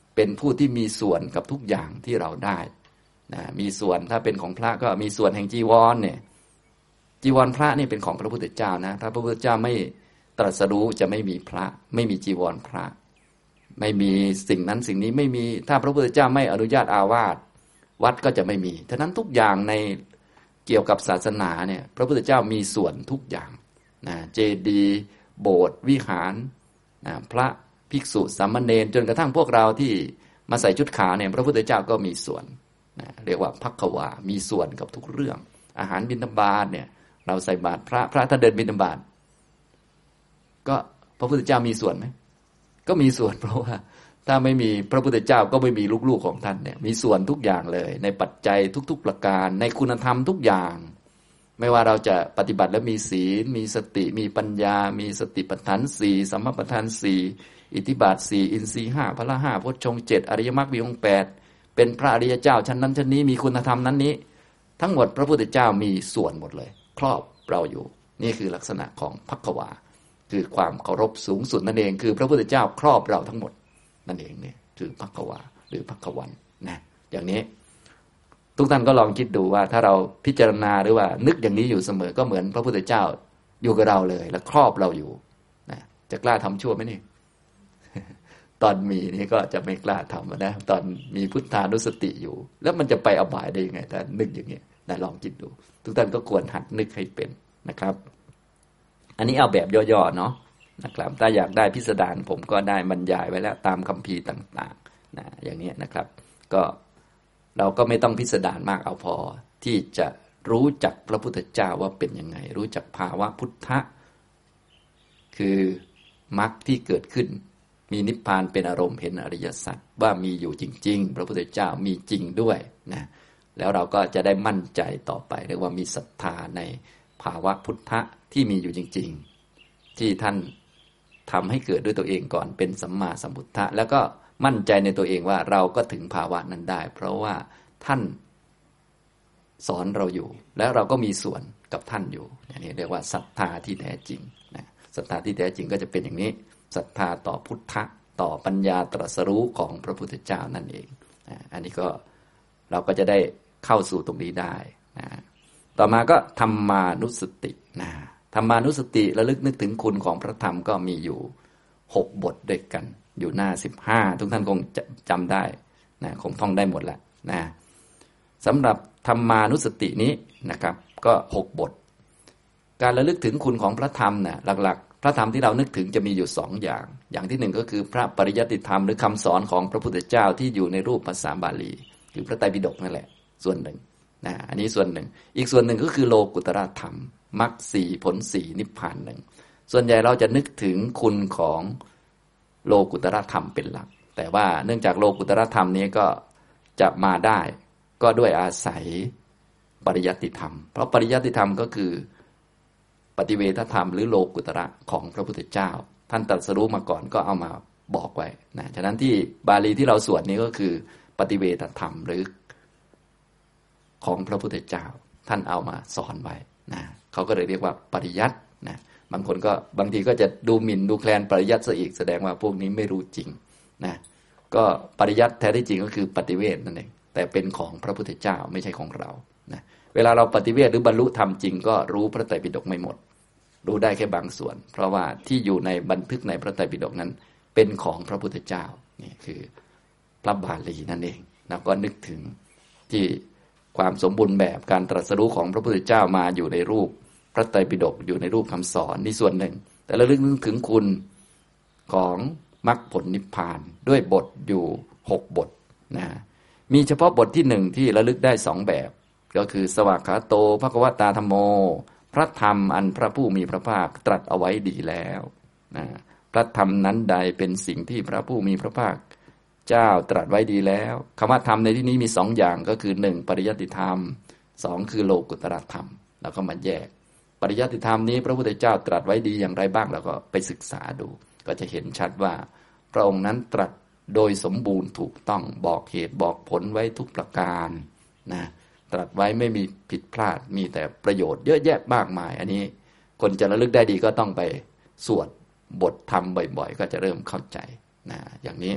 เป็นผู้ที่มีส่วนกับทุกอย่างที่เราได้นะมีส่วนถ้าเป็นของพระก็มีส่วนแห่งจีวรเนี่ยจีวรพระนี่เป็นของพระพุทธเจ้านะถ้าพระพุทธเจ้าไม่ตรัสรู้จะไม่มีพระไม่มีจีวรพระไม่มีสิ่งนั้นสิ่งนี้ไม่มีถ้าพระพุทธเจ้าไม่อนุญาตอาวาสวัดก็จะไม่มีฉะนั้นทุกอย่างในเกี่ยวกับศาสนาเนี่ยพระพุทธเจ้ามีส่วนทุกอย่างนะเจดีย์โบสถ์วิหารนะพระภิกษุสามเณรจนกระทั่งพวกเราที่มาใส่ชุดขาวเนี่ยพระพุทธเจ้าก็มีส่วนนะเรียกว่าภักขวามีส่วนกับทุกเรื่องอาหารบิณฑบาตเนี่ยเราใส่บาตรพระพระท่านเดินบิณฑบาตก็พระพุทธเจ้ามีส่วนไหมก็มีส่วนเพราะว่าถ้าไม่มีพระพุทธเจ้าก็ไม่มีลูกๆของท่านเนี่ยมีส่วนทุกอย่างเลยในปัจจัยทุกๆประการในคุณธรรมทุกอย่างไม่ว่าเราจะปฏิบัติแล้วมีศีลมีสติมีปัญญามีสติปัฏฐานสี่สัมมาปัฏฐานสี่อิทธิบาทสี่อินทรีย์ห้าพละห้าโพชฌงค์เจ็ดอริยมรรคมีองค์แปดเป็นพระอริยเจ้าชั้นนั้นชั้นนี้มีคุณธรรมนั้นนี้ทั้งหมดพระพุทธเจ้ามีส่วนหมดเลยครอบเราอยู่นี่คือลักษณะของภักขวาคือความเคารพสูงสุดนั่นเองคือพระพุทธเจ้าครอบเราทั้งหมดนั่นเองเนี่ยคือภักขวาหรือภักขวันนะอย่างนี้ทุกท่านก็ลองคิดดูว่าถ้าเราพิจารณาหรือว่านึกอย่างนี้อยู่เสมอก็เหมือนพระพุทธเจ้าอยู่กับเราเลยและครอบเราอยู่นะจะกล้าทำชั่วไหมนี่ ตอนมีนี่ก็จะไม่กล้าทำนะตอนมีพุทธานุสติอยู่แล้วมันจะไปอบายได้ยังไงถ้านึกอย่างนี้นะลองคิดดูทุกท่านก็ควรหัดนึกให้เป็นนะครับอันนี้เอาแบบย่อๆเนาะนะครับถ้าอยากได้พิสดารผมก็ได้บรรยายไว้แล้วตามคัมภีร์ต่างๆนะอย่างนี้นะครับก็เราก็ไม่ต้องพิสดารมากเอาพอที่จะรู้จักพระพุทธเจ้าว่าเป็นยังไงรู้จักภาวะพุทธะคือมรรคที่เกิดขึ้นมีนิพพานเป็นอารมณ์เห็นอริยสัจว่ามีอยู่จริงๆพระพุทธเจ้ามีจริงด้วยนะแล้วเราก็จะได้มั่นใจต่อไปเรียกว่ามีศรัทธาในภาวะพุทธะที่มีอยู่จริงๆที่ท่านทำให้เกิดด้วยตัวเองก่อนเป็นสัมมาสัมพุทธะแล้วก็มั่นใจในตัวเองว่าเราก็ถึงภาวะนั้นได้เพราะว่าท่านสอนเราอยู่แล้วเราก็มีส่วนกับท่านอยู่อย่างนี้เรียกว่าศรัทธาที่แท้จริงนะศรัทธาที่แท้จริงก็จะเป็นอย่างนี้ศรัทธาต่อพุทธะต่อปัญญาตรัสรู้ของพระพุทธเจ้านั่นเองนะอันนี้ก็เราก็จะได้เข้าสู่ตรงนี้ได้นะต่อมาก็ธรรมานุสตินะธรรมานุสติระลึกนึกถึงคุณของพระธรรมก็มีอยู่หกบทด้วยกันอยู่หน้าสิบห้าทุกท่านคงจำได้นะคงท่องได้หมดแหละนะสำหรับธรรมานุสตินี้นะครับก็หกบทการระลึกถึงคุณของพระธรรมนะหลักๆพระธรรมที่เรานึกถึงจะมีอยู่สองอย่างอย่างที่หนึ่งก็คือพระปริยัติธรรมหรือคำสอนของพระพุทธเจ้าที่อยู่ในรูปภาษาบาลีคือพระไตรปิฎกนั่นแหละส่วนหนึ่งนะอันนี้ส่วนหนึ่งอีกส่วนหนึ่งก็คือโลกุตตรธรรมมรรคสี่ผลสี่นิพพานหนึ่งส่วนใหญ่เราจะนึกถึงคุณของโลกุตตรธรรมเป็นหลักแต่ว่าเนื่องจากโลกุตตรธรรมนี้ก็จะมาได้ก็ด้วยอาศัยปริยัติธรรมเพราะปริยัติธรรมก็คือปฏิเวทธรรมหรือโลกุตระของพระพุทธเจ้าท่านตรัสรู้มาก่อนก็เอามาบอกไว้นะฉะนั้นที่บาลีที่เราสวดนี้ก็คือปฏิเวทธรรมหรือของพระพุทธเจ้าท่านเอามาสอนไว้นะเขาก็เลยเรียกว่าปริยัตินะบางคนก็บางทีก็จะดูหมิ่นดูแคลนปริยัติซะอีกแสดงว่าพวกนี้ไม่รู้จริงนะก็ปริยัติแท้ที่จริงก็คือปฏิเวทนั่นเองแต่เป็นของพระพุทธเจ้าไม่ใช่ของเรานะเวลาเราปฏิเวทหรือบรรลุธรรมจริงก็รู้พระไตรปิฎกไม่หมดรู้ได้แค่บางส่วนเพราะว่าที่อยู่ในบันทึกในพระไตรปิฎกนั้นเป็นของพระพุทธเจ้านี่คือพระบาลีนั่นเองแล้วก็นึกถึงที่ความสมบูรณ์แบบการตรัสรู้ของพระพุทธเจ้ามาอยู่ในรูปพระไตรปิฎกอยู่ในรูปคำสอนนี่ส่วนหนึ่งแต่ระลึกนึกถึงคุณของมรรคผลนิพพานด้วยบทอยู่หกบทนะมีเฉพาะบทที่หนึ่งที่ระลึกได้สองแบบก็คือสวากขาโตภควตาธัมโมพระธรรมอันพระผู้มีพระภาคตรัสเอาไว้ดีแล้วนะพระธรรมนั้นใดเป็นสิ่งที่พระผู้มีพระภาคเจ้าตรัสไว้ดีแล้วคำว่าธรรมในที่นี้มีสองอย่างก็คือหนึ่งปริยัติธรรมสองคือโลกุตตรธรรมแล้วก็มาแยกปริยัติธรรมนี้พระพุทธเจ้าตรัสไว้ดีอย่างไรบ้างแล้วก็ไปศึกษาดูก็จะเห็นชัดว่าพระองค์นั้นตรัสโดยสมบูรณ์ถูกต้องบอกเหตุบอกผลไว้ทุกประการนะตรัสไว้ไม่มีผิดพลาดมีแต่ประโยชน์เยอะแยะมากมายอันนี้คนจะระลึกได้ดีก็ต้องไปสวดบทธรรมบ่อยๆก็จะเริ่มเข้าใจนะอย่างนี้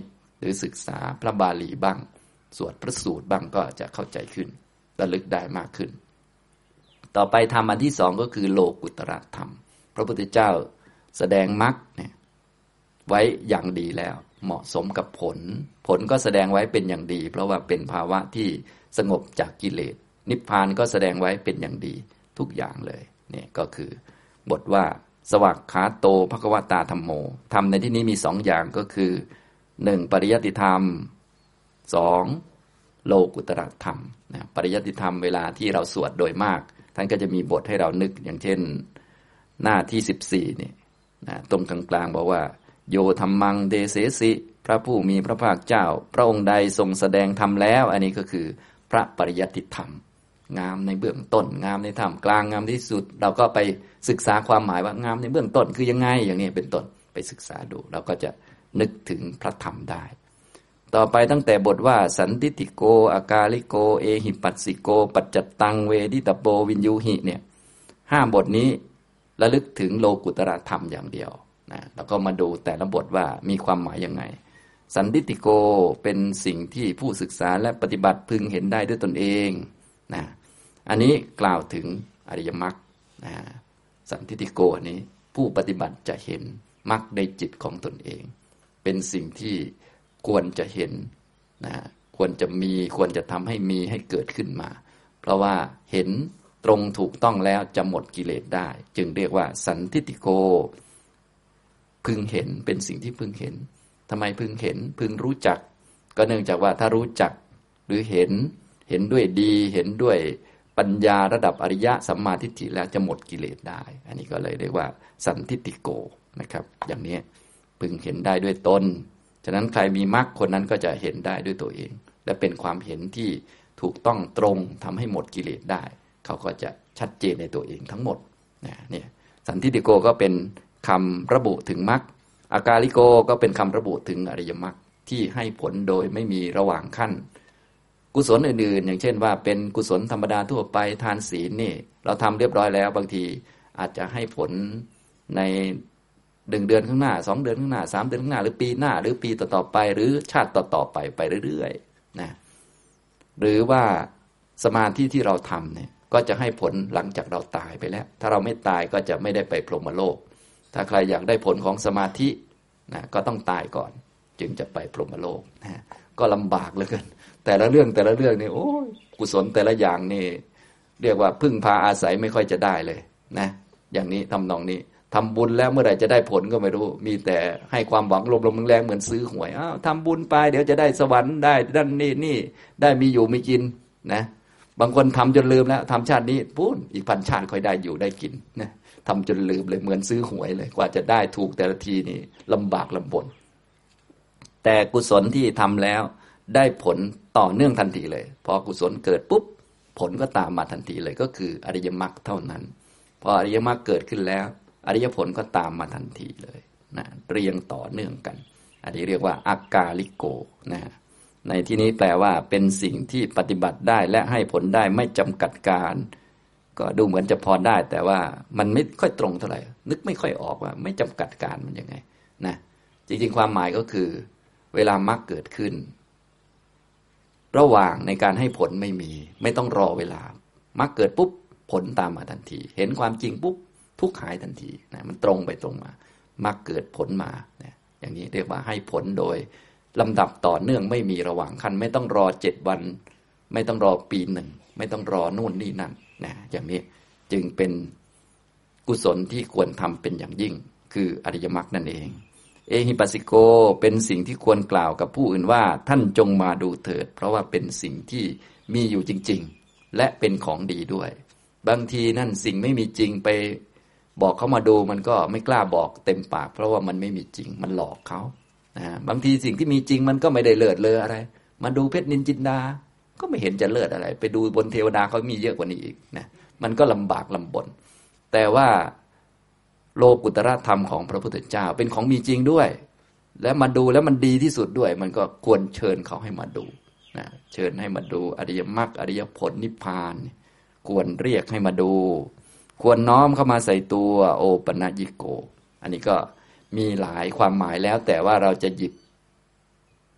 รือศึกษาพระบาลีบ้างสวดพระสูตรบ้างก็จะเข้าใจขึ้นระลึกได้มากขึ้นต่อไปธรรมอันที่สองก็คือโลกุตระธรรมพระพุทธเจ้าแสดงมรรคเนี่ยไว้อย่างดีแล้วเหมาะสมกับผลผลก็แสดงไว้เป็นอย่างดีเพราะว่าเป็นภาวะที่สงบจากกิเลสนิพพานก็แสดงไว้เป็นอย่างดีทุกอย่างเลยเนี่ยก็คือบทว่าสวักขาโตภควตาธัมโมธรรมในที่นี้มีสองอย่างก็คือหนึ่งปริยัติธรรมสองโลกุตระธรรมนะปริยัติธรรมเวลาที่เราสวดโดยมากท่านก็จะมีบทให้เรานึกอย่างเช่นหน้าที่สิบสี่นี่นะตรงกลางๆบอกว่าโยธัมมังเดเสสิพระผู้มีพระภาคเจ้าพระองค์ใดทรงแสดงธรรมแล้วอันนี้ก็คือพระปริยัติธรรมงามในเบื้องต้นงามในท่ามกลางงามที่สุดเราก็ไปศึกษาความหมายว่างามในเบื้องต้นคือยังไงอย่างนี้เป็นต้นไปศึกษาดูเราก็จะนึกถึงพระธรรมได้ต่อไปตั้งแต่บทว่าสันทิฏฐิโกอากาลิโกเอหิปัสสิโกปัจจตังเวดิตโปวินยูหิเนี่ยห้าบทนี้ระลึกถึงโลกุตระธรรมอย่างเดียวนะแล้วก็มาดูแต่ละบทว่ามีความหมายยังไงสันทิฏฐิโกเป็นสิ่งที่ผู้ศึกษาและปฏิบัติพึงเห็นได้ด้วยตนเองนะอันนี้กล่าวถึงอริยมรรคนะสันทิฏฐิโกนี้ผู้ปฏิบัติจะเห็นมรรคในจิตของตนเองเป็นสิ่งที่ควรจะเห็นนะควรจะมีควรจะทำให้มีให้เกิดขึ้นมาเพราะว่าเห็นตรงถูกต้องแล้วจะหมดกิเลสได้จึงเรียกว่าสันทิฏฐิโกพึงเห็นเป็นสิ่งที่พึงเห็นทำไมพึงเห็นพึงรู้จักก็เนื่องจากว่าถ้ารู้จักหรือเห็นเห็นด้วยดีเห็นด้วยปัญญาระดับอริยะสัมมาทิฏฐิแล้วจะหมดกิเลสได้อันนี้ก็เลยเรียกว่าสันทิฏฐิโกนะครับอย่างนี้พึงเห็นได้ด้วยตนฉะนั้นใครมีมรรคคนนั้นก็จะเห็นได้ด้วยตัวเองและเป็นความเห็นที่ถูกต้องตรงทำให้หมดกิเลสได้เขาก็จะชัดเจนในตัวเองทั้งหมดนะเนี่ยสันทิฏฐิโกก็เป็นคำระบุถึงมรรคอากาลิโกก็เป็นคำระบุถึงอริยมรรคที่ให้ผลโดยไม่มีระหว่างขั้นกุศลอื่นๆอย่างเช่นว่าเป็นกุศลธรรมดาทั่วไปทานศีลนี่เราทำเรียบร้อยแล้วบางทีอาจจะให้ผลในหนึ่งเดือนข้างหน้าสองเดือนข้างหน้าสามเดือนข้างหน้าหรือปีหน้าหรือปีต่อๆไปหรือชาติต่อๆไปไปเรื่อยๆนะหรือว่าสมาธิที่เราทำเนี่ยก็จะให้ผลหลังจากเราตายไปแล้วถ้าเราไม่ตายก็จะไม่ได้ไปพรหมโลกถ้าใครอยากได้ผลของสมาธินะก็ต้องตายก่อนจึงจะไปพรหมโลกนะก็ลำบากเหลือเกินแต่ละเรื่องแต่ละเรื่องนี่โอ้ยกุศลแต่ละอย่างนี่เรียกว่าพึ่งพาอาศัยไม่ค่อยจะได้เลยนะอย่างนี้ทำนองนี้ทำบุญแล้วเมื่อไหร่จะได้ผลก็ไม่รู้มีแต่ให้ความหวังลมๆแรงๆเหมือนซื้อหวยอ้าวทำบุญไปเดี๋ยวจะได้สวรรค์ได้ด้านนี้นี่ได้มีอยู่มีกินนะบางคนทำจนลืมแล้วทำชาตินี้ปุ้นอีกพันชาติค่อยได้อยู่ได้กินนะทำจนลืมเลยเหมือนซื้อหวยเลยกว่าจะได้ถูกแต่ละทีนี่ลำบากลำบนแต่กุศลที่ทำแล้วได้ผลต่อเนื่องทันทีเลยพอกุศลเกิดปุ๊บผลก็ตามมาทันทีเลยก็คืออริยมรรคเท่านั้นพออริยมรรคเกิดขึ้นแล้วอริยผลก็ตามมาทันทีเลยนะเรียงต่อเนื่องกันอันนี้เรียกว่าอากาลิโกนะในที่นี้แปลว่าเป็นสิ่งที่ปฏิบัติได้และให้ผลได้ไม่จำกัดการก็ดูเหมือนจะพอได้แต่ว่ามันไม่ค่อยตรงเท่าไหร่นึกไม่ค่อยออกว่าไม่จำกัดการมันยังไงนะจริงๆความหมายก็คือเวลามรรคเกิดขึ้นระหว่างในการให้ผลไม่มีไม่ต้องรอเวลามรรคเกิดปุ๊บผลตามมาทันทีเห็นความจริงปุ๊บทุกข์หายทันทีนะมันตรงไปตรงมามรรคเกิดผลมานะอย่างนี้เรียกว่าให้ผลโดยลำดับต่อเนื่องไม่มีระหว่างขั้นไม่ต้องรอเจ็ดวันไม่ต้องรอปีหนึ่งไม่ต้องรอนู่นนี่นั่นนะอย่างนี้จึงเป็นกุศลที่ควรทำเป็นอย่างยิ่งคืออริยมรรคนั่นเองเอหิปัสสิโกเป็นสิ่งที่ควรกล่าวกับผู้อื่นว่าท่านจงมาดูเถิดเพราะว่าเป็นสิ่งที่มีอยู่จริงๆและเป็นของดีด้วยบางทีนั่นสิ่งไม่มีจริงไปบอกเขามาดูมันก็ไม่กล้าบอกเต็มปากเพราะว่ามันไม่มีจริงมันหลอกเขานะบางทีสิ่งที่มีจริงมันก็ไม่ได้เลิศเลออะไรมาดูเพชรนินจินดาก็ไม่เห็นจะเลิศอะไรไปดูบนเทวดาเขามีเยอะกว่านี้อีกนะมันก็ลำบากลำบนแต่ว่าโลกุตระธรรมของพระพุทธเจ้าเป็นของมีจริงด้วยและมาดูแล้วมันดีที่สุดด้วยมันก็ควรเชิญเขาให้มาดูนะเชิญให้มาดูอริยมรรคอริยผลนิพพานควรเรียกให้มาดูควรน้อมเข้ามาใส่ตัวโอปนัญิโกอันนี้ก็มีหลายความหมายแล้วแต่ว่าเราจะหยิบ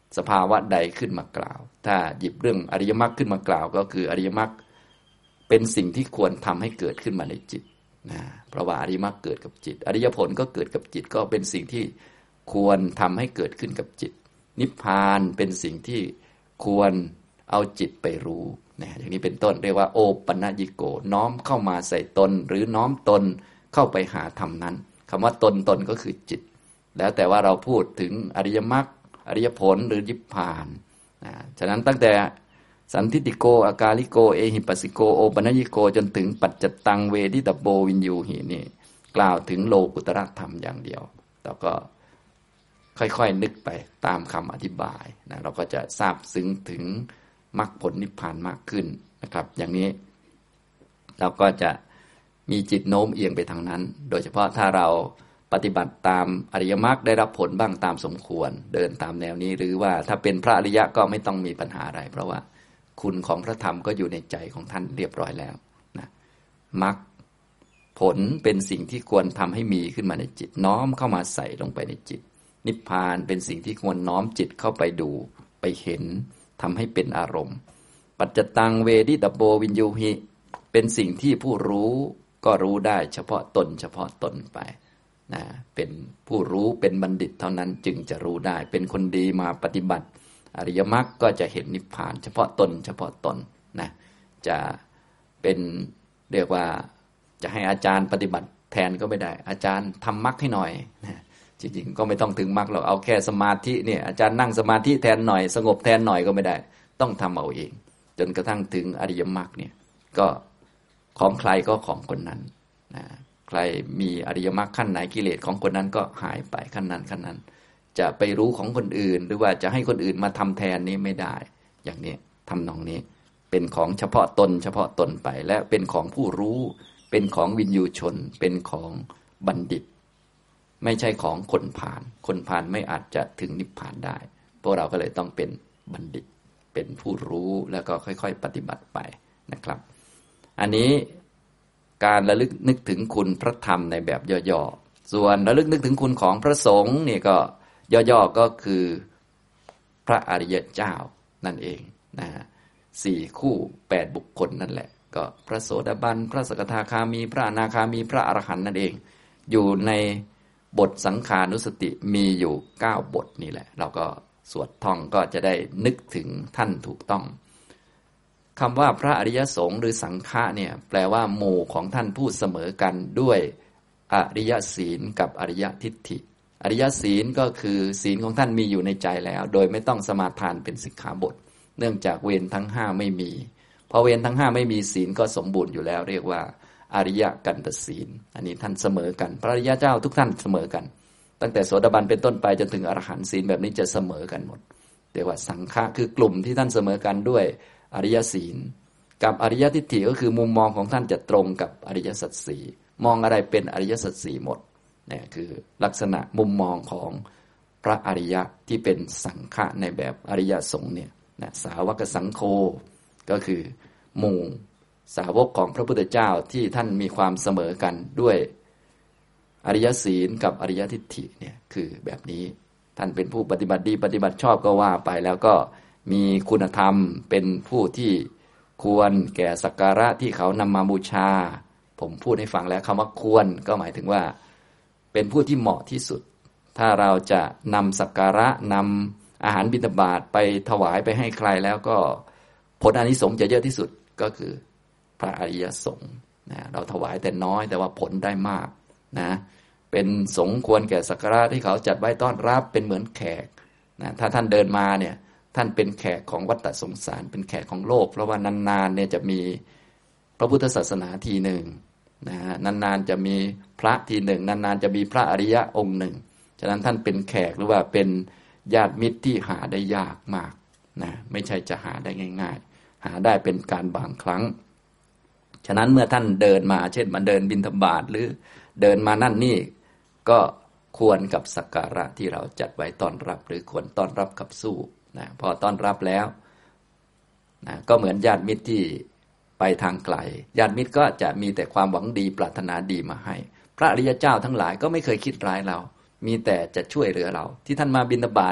สภาวะใดขึ้นมากล่าวถ้าหยิบเรื่องอริยมรรคขึ้นมากล่าวก็คืออริยมรรคเป็นสิ่งที่ควรทำให้เกิดขึ้นมาในจิตนะเพราะว่าอริยมรรคเกิดกับจิตอริยผลก็เกิดกับจิตก็เป็นสิ่งที่ควรทำให้เกิดขึ้นกับจิตนิพพานเป็นสิ่งที่ควรเอาจิตไปรู้นะอย่างนี้เป็นต้นเรียกว่าโอปัญญิโกน้อมเข้ามาใส่ตนหรือน้อมตนเข้าไปหาธรรมนั้นคำว่าตนตนก็คือจิตแล้วแต่ว่าเราพูดถึงอริยมรรคอริยผลหรือนิพพานนะฉะนั้นตั้งแต่สันทิติโกอากาลิโกเอหิปัสสิโกโอปัญญิโกจนถึงปัจจตังเวทิตโปวินยูหินี่กล่าวถึงโลกุตระธรรมอย่างเดียวแล้วก็ค่อยๆนึกไปตามคำอธิบายนะเราก็จะทราบซึ้งถึงมรรคผลนิพพานมากขึ้นนะครับอย่างนี้เราก็จะมีจิตโน้มเอียงไปทางนั้นโดยเฉพาะถ้าเราปฏิบัติตามอริยมรรคได้รับผลบ้างตามสมควรเดินตามแนวนี้หรือว่าถ้าเป็นพระอริยะก็ไม่ต้องมีปัญหาอะไรเพราะว่าคุณของพระธรรมก็อยู่ในใจของท่านเรียบร้อยแล้วนะมรรคผลเป็นสิ่งที่ควรทำให้มีขึ้นมาในจิตน้อมเข้ามาใส่ลงไปในจิตนิพพานเป็นสิ่งที่ควรน้อมจิตเข้าไปดูไปเห็นทำให้เป็นอารมณ์ปัจจตังเวทิตโปวินยูหิเป็นสิ่งที่ผู้รู้ก็รู้ได้เฉพาะตนเฉพาะตนไปนะเป็นผู้รู้เป็นบัณฑิตเท่านั้นจึงจะรู้ได้เป็นคนดีมาปฏิบัติอริยมรรคก็จะเห็นนิพพานเฉพาะตนเฉพาะตนนะจะเป็นเรียกว่าจะให้อาจารย์ปฏิบัติแทนก็ไม่ได้อาจารย์ทำมรรคให้หน่อยนะจริงๆก็ไม่ต้องถึงมรรคหรอกเอาแค่สมาธิเนี่ยอาจารย์นั่งสมาธิแทนหน่อยสงบแทนหน่อยก็ไม่ได้ต้องทำเอาเองจนกระทั่งถึงอริยมรรคเนี่ยก็ของใครก็ของคนนั้นนะใครมีอริยมรรคขั้นไหนกิเลสของคนนั้นก็หายไปขั้นนั้นขั้นนั้นจะไปรู้ของคนอื่นหรือว่าจะให้คนอื่นมาทำแทนนี้ไม่ได้อย่างนี้ทำนองนี้เป็นของเฉพาะตนเฉพาะตนไปและเป็นของผู้รู้เป็นของวินยูชนเป็นของบัณฑิตไม่ใช่ของคนผ่านคนผ่านไม่อาจจะถึงนิพพานได้พวกเราก็เลยต้องเป็นบัณฑิตเป็นผู้รู้แล้วก็ค่อยๆปฏิบัติไปนะครับอันนี้การระลึกนึกถึงคุณพระธรรมในแบบย่อๆส่วนระลึกนึกถึงคุณของพระสงฆ์นี่ก็ย่อๆก็คือพระอริยเจ้านั่นเองนะสี่คู่แปดบุคคลนั่นแหละก็พระโสดาบันพระสกทาคามีพระอนาคามีพระอรหันต์นั่นเองอยู่ในบทสังขานุสติมีอยู่เก้าบทนี่แหละเราก็สวดท่องก็จะได้นึกถึงท่านถูกต้องคำว่าพระอริยสงฆ์หรือสังฆะเนี่ยแปลว่าหมู่ของท่านผู้เสมอกันด้วยอริยศีลกับอริยทิฏฐิอริยศีลก็คือศีลของท่านมีอยู่ในใจแล้วโดยไม่ต้องสมาทานเป็นสิกขาบทเนื่องจากเวรทั้งห้าไม่มีพอเวรทั้งห้าไม่มีศีลก็สมบูรณ์อยู่แล้วเรียกว่าอริยกันตศีลอันนี้ท่านเสมอกันพระอริยเจ้าทุกท่านเสมอกันตั้งแต่โสดาบันเป็นต้นไปจนถึงอรหันต์ศีลแบบนี้จะเสมอกันหมดเรียกว่าสังฆะคือกลุ่มที่ท่านเสมอกันด้วยอริยศีลกับอริยทิฏฐิก็คือมุมมองของท่านจะตรงกับอริยสัจสี่มองอะไรเป็นอริยสัจสี่หมดนี่คือลักษณะมุมมองของพระอริยะที่เป็นสังฆะในแบบอริยสงฆ์เนี่ยนะสาวกสังโฆก็คือหมู่สาวกของพระพุทธเจ้าที่ท่านมีความเสมอกันด้วยอริยศีลกับอริยทิฏฐิเนี่ยคือแบบนี้ท่านเป็นผู้ปฏิบัติดีปฏิบัติชอบก็ว่าไปแล้วก็มีคุณธรรมเป็นผู้ที่ควรแก่สักการะที่เขานำมาบูชาผมพูดให้ฟังแล้วคำว่าควรก็หมายถึงว่าเป็นผู้ที่เหมาะที่สุดถ้าเราจะนำสักการะนำอาหารบิณฑบาตไปถวายไปให้ใครแล้วก็ผลอานิสงส์จะเยอะที่สุดก็คือพระอริยสงฆ์นะเราถวายแต่น้อยแต่ว่าผลได้มากนะเป็นสงฆ์ควรแก่สักการะที่เขาจัดไว้ต้อนรับเป็นเหมือนแขกนะถ้าท่านเดินมาเนี่ยท่านเป็นแขกของวัฏสงสารเป็นแขกของโลกเพราะว่านานๆเนี่ยจะมีพระพุทธศาสนาทีหนึ่งนะนานๆจะมีพระทีหนึ่งนานๆจะมีพระอริยะองค์หนึ่งฉะนั้นท่านเป็นแขกหรือว่าเป็นญาติมิตรที่หาได้ยากมากนะไม่ใช่จะหาได้ง่ายๆหาได้เป็นการบางครั้งฉะนั้นเมื่อท่านเดินมาเช่นมาเดินบิณฑบาตหรือเดินมานั่นนี่ก็ควรกับสักการะที่เราจัดไว้ต้อนรับหรือควรต้อนรับกับสู้นะพอต้อนรับแล้วนะก็เหมือนญาติมิตรที่ไปทางไกลญาติมิตรก็จะมีแต่ความหวังดีปรารถนาดีมาให้พระอริยเจ้าทั้งหลายก็ไม่เคยคิดร้ายเรามีแต่จะช่วยเหลือเราที่ท่านมาบิณฑบาต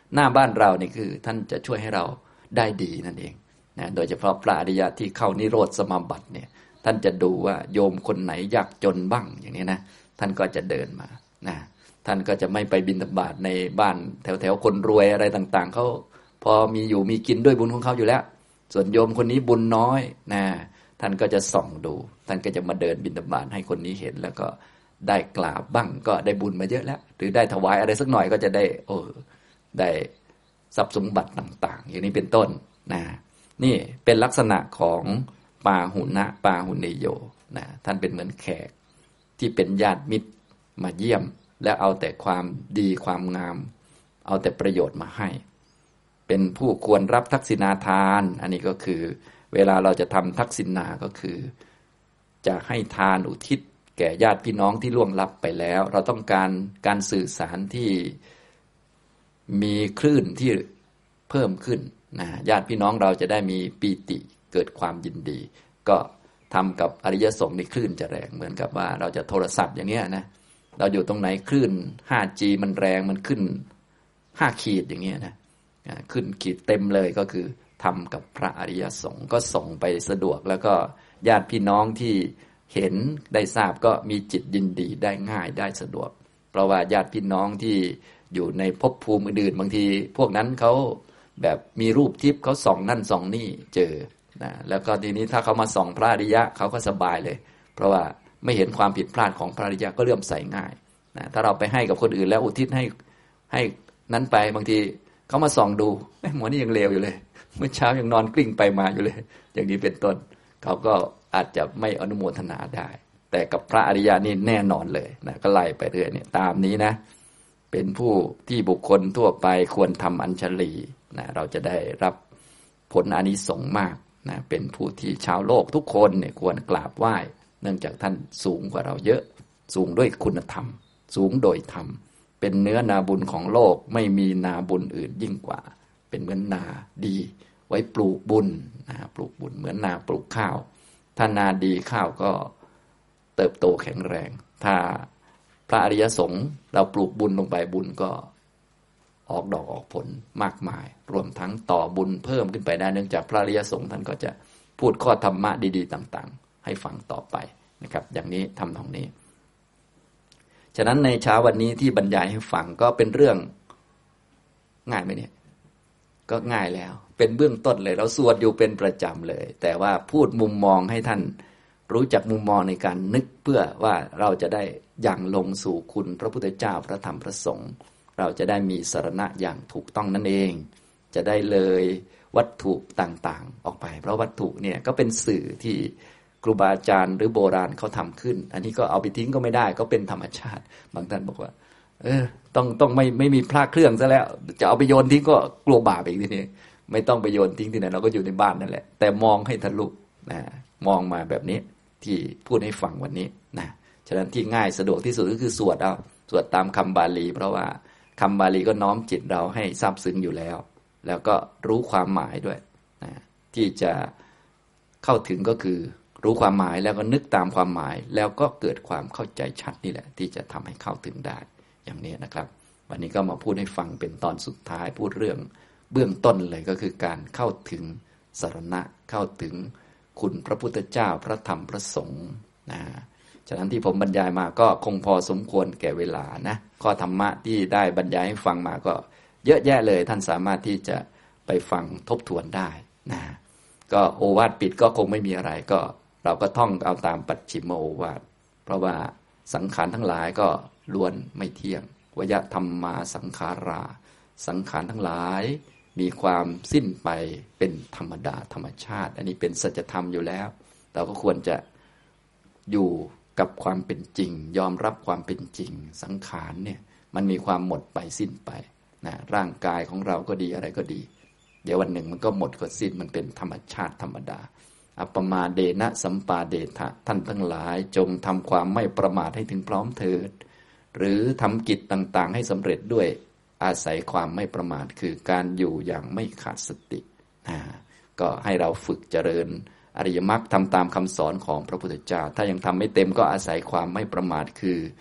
หน้าบ้านเรานี่คือท่านจะช่วยให้เราได้ดีนั่นเองนะโดยเฉพาะพระอริยะที่เข้านิโรธสมาบัติเนี่ยท่านจะดูว่าโยมคนไหนยากจนบ้างอย่างนี้นะท่านก็จะเดินมานะท่านก็จะไม่ไปบิณฑบาตในบ้านแถวๆคนรวยอะไรต่างๆเขาพอมีอยู่มีกินด้วยบุญของเขาอยู่แล้วส่วนโยมคนนี้บุญน้อยนะท่านก็จะส่องดูท่านก็จะมาเดินบิณฑบาตให้คนนี้เห็นแล้วก็ได้กราบบ้างก็ได้บุญมาเยอะแล้วหรือได้ถวายอะไรสักหน่อยก็จะได้โอ้ได้ทรัพย์สมบัติต่างๆอย่างนี้เป็นต้นนะนี่เป็นลักษณะของปาหุนะปาหุเนโยนะท่านเป็นเหมือนแขกที่เป็นญาติมิตรมาเยี่ยมและเอาแต่ความดีความงามเอาแต่ประโยชน์มาให้เป็นผู้ควรรับทักษิณาทานอันนี้ก็คือเวลาเราจะทำทักษิณาก็คือจะให้ทานอุทิศแก่ญาติพี่น้องที่ล่วงลับไปแล้วเราต้องการการสื่อสารที่มีคลื่นที่เพิ่มขึ้นนะญาติพี่น้องเราจะได้มีปีติเกิดความยินดีก็ทำกับอริยสงฆ์ในคลื่นจะแรงเหมือนกับว่าเราจะโทรศัพท์อย่างเนี้ยนะเราอยู่ตรงไหนคลื่น ห้าจี มันแรงมันขึ้นห้าขีดอย่างเงี้ยนะขึ้นขีดเต็มเลยก็คือทำกับพระอริยสงฆ์ก็ส่งไปสะดวกแล้วก็ญาติพี่น้องที่เห็นได้ทราบก็มีจิตยินดีได้ง่ายได้สะดวกเพราะว่าญาติพี่น้องที่อยู่ในภพภูมิอื่นบางทีพวกนั้นเขาแบบมีรูปทิพย์เขาส่องนั่นส่องนี่เจอนะแล้วก็ทีนี้ถ้าเขามาส่องพระอริยะเขาก็สบายเลยเพราะว่าไม่เห็นความผิดพลาดของพระอริยะก็เลื่อมใสง่ายนะถ้าเราไปให้กับคนอื่นแล้วอุทิศให้ให้นั้นไปบางทีเขามาส่องดูไอ้หมอนี่ยังเลวอยู่เลยเมื่อเช้ายังนอนกลิ้งไปมาอยู่เลยอย่างนี้เป็นต้นเขาก็อาจจะไม่อนุโมทนาได้แต่กับพระอริยะนี่แน่นอนเลยนะก็ไล่ไปเรื่อยเนี่ยตามนี้นะเป็นผู้ที่บุคคลทั่วไปควรทำอัญชลีนะเราจะได้รับผลอานิสงส์มากนะเป็นผู้ที่ชาวโลกทุกคนเนี่ยควรกราบไหว้เนื่องจากท่านสูงกว่าเราเยอะสูงด้วยคุณธรรมสูงโดยธรรมเป็นเนื้อนาบุญของโลกไม่มีนาบุญอื่นยิ่งกว่าเป็นเหมือนนาดีไว้ปลูกบุญนะปลูกบุญเหมือนนาปลูกข้าวถ้านาดีข้าวก็เติบโตแข็งแรงถ้าพระอริยสงฆ์เราปลูกบุญลงไปบุญก็ออกดอกออกผลมากมายรวมทั้งต่อบุญเพิ่มขึ้นไปได้เนื่องจากพระอริยสงฆ์ท่านก็จะพูดข้อธรรมะดีๆต่างๆให้ฟังต่อไปนะครับอย่างนี้ทำตรงนี้ฉะนั้นในเช้าวันนี้ที่บรรยายให้ฟังก็เป็นเรื่องง่ายไหมเนี่ยก็ง่ายแล้วเป็นเบื้องต้นเลยเราสวดอยู่เป็นประจำเลยแต่ว่าพูดมุมมองให้ท่านรู้จักมุมมองในการนึกเพื่อว่าเราจะได้อย่างลงสู่คุณพระพุทธเจ้าพระธรรมพระสงฆ์เราจะได้มีสรณะอย่างถูกต้องนั่นเองจะได้เลยวัตถุต่างๆออกไปเพราะวัตถุเนี่ยก็เป็นสื่อที่ครูบาอาจารย์หรือโบราณเขาทำขึ้นอันนี้ก็เอาไปทิ้งก็ไม่ได้ก็เป็นธรรมชาติบางท่านบอกว่าเออต้องต้องไม่ไม่มีพระเครื่องซะแล้วจะเอาไปโยนทิ้งก็กลัวบาปอีกทีนี้ไม่ต้องไปโยนทิ้งที่ไหนเราก็อยู่ในบ้านนั่นแหละแต่มองให้ทะลุนะมองมาแบบนี้ที่พูดให้ฟังวันนี้นะฉะนั้นที่ง่ายสะดวกที่สุดก็คือสวดเอาสวดตามคำบาลีเพราะว่าคำบาลีก็น้อมจิตเราให้ซาบซึ้งอยู่แล้วแล้วก็รู้ความหมายด้วยนะที่จะเข้าถึงก็คือรู้ความหมายแล้วก็นึกตามความหมายแล้วก็เกิดความเข้าใจชัดนี่แหละที่จะทำให้เข้าถึงได้อย่างนี้นะครับวันนี้ก็มาพูดให้ฟังเป็นตอนสุดท้ายพูดเรื่องเบื้องต้นเลยก็คือการเข้าถึงสรณะเข้าถึงคุณพระพุทธเจ้าพระธรรมพระสงฆ์นะฉะนั้นที่ผมบรรยายมาก็คงพอสมควรแก่เวลานะข้อธรรมะที่ได้บรรยายให้ฟังมาก็เยอะแยะเลยท่านสามารถที่จะไปฟังทบทวนได้นะก็โอวาทปิดก็คงไม่มีอะไรก็เราก็ท่องเอาตามปัจฉิมโอวาทเพราะว่าสังขารทั้งหลายก็ล้วนไม่เที่ยงวยธรรมมาสังขาราสังขารทั้งหลายมีความสิ้นไปเป็นธรรมดาธรรมชาติอันนี้เป็นสัจธรรมอยู่แล้วเราก็ควรจะอยู่กับความเป็นจริงยอมรับความเป็นจริงสังขารเนี่ยมันมีความหมดไปสิ้นไปนะร่างกายของเราก็ดีอะไรก็ดีเดี๋ยววันหนึ่งมันก็หมดก็สิ้นมันเป็นธรรมชาติธรรมดาอัปปมาเดนะสัมปาเดทะท่านทั้งหลายจงทำความไม่ประมาทให้ถึงพร้อมเถิดหรือทำกิจต่างๆให้สำเร็จด้วยอาศัยความไม่ประมาทคือการอยู่อย่างไม่ขาดสตินะก็ให้เราฝึกเจริญอริยมรรคทำตามคำสอนของพระพุทธเจ้าถ้ายังทำไม่เต็มก็อาศัยความไม่ประมาทคือ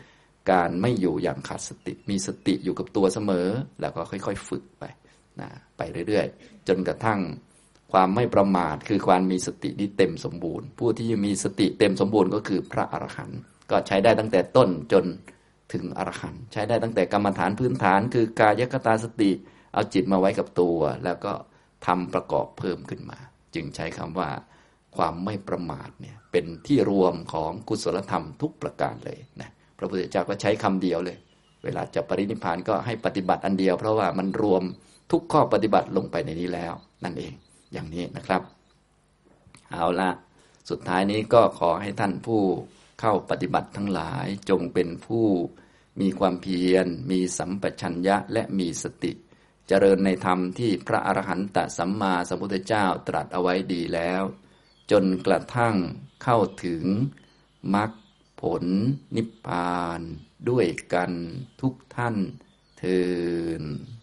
การไม่อยู่อย่างขาดสติมีสติอยู่กับตัวเสมอแล้วก็ค่อยๆฝึกไปนะไปเรื่อยๆจนกระทั่งความไม่ประมาทคือความมีสติที่เต็มสมบูรณ์ผู้ที่มีสติเต็มสมบูรณ์ก็คือพระอรหันต์ก็ใช้ได้ตั้งแต่ต้นจนถึงอรหันต์ใช้ได้ตั้งแต่กรรมฐานพื้นฐานคือกายคตาสติเอาจิตมาไว้กับตัวแล้วก็ทำประกอบเพิ่มขึ้นมาจึงใช้คำว่าความไม่ประมาทเนี่ยเป็นที่รวมของกุศลธรรมทุกประการเลยนะพระพุทธเจ้าก็ใช้คำเดียวเลยเวลาจะปรินิพพานก็ให้ปฏิบัติอันเดียวเพราะว่ามันรวมทุกข้อปฏิบัติลงไปในนี้แล้วนั่นเองอย่างนี้นะครับเอาละสุดท้ายนี้ก็ขอให้ท่านผู้เข้าปฏิบัติทั้งหลายจงเป็นผู้มีความเพียรมีสัมปชัญญะและมีสติเจริญในธรรมที่พระอรหันตสัมมาสัมพุทธเจ้าตรัสเอาไว้ดีแล้วจนกระทั่งเข้าถึงมรรคผลนิพพานด้วยกันทุกท่านเทอญ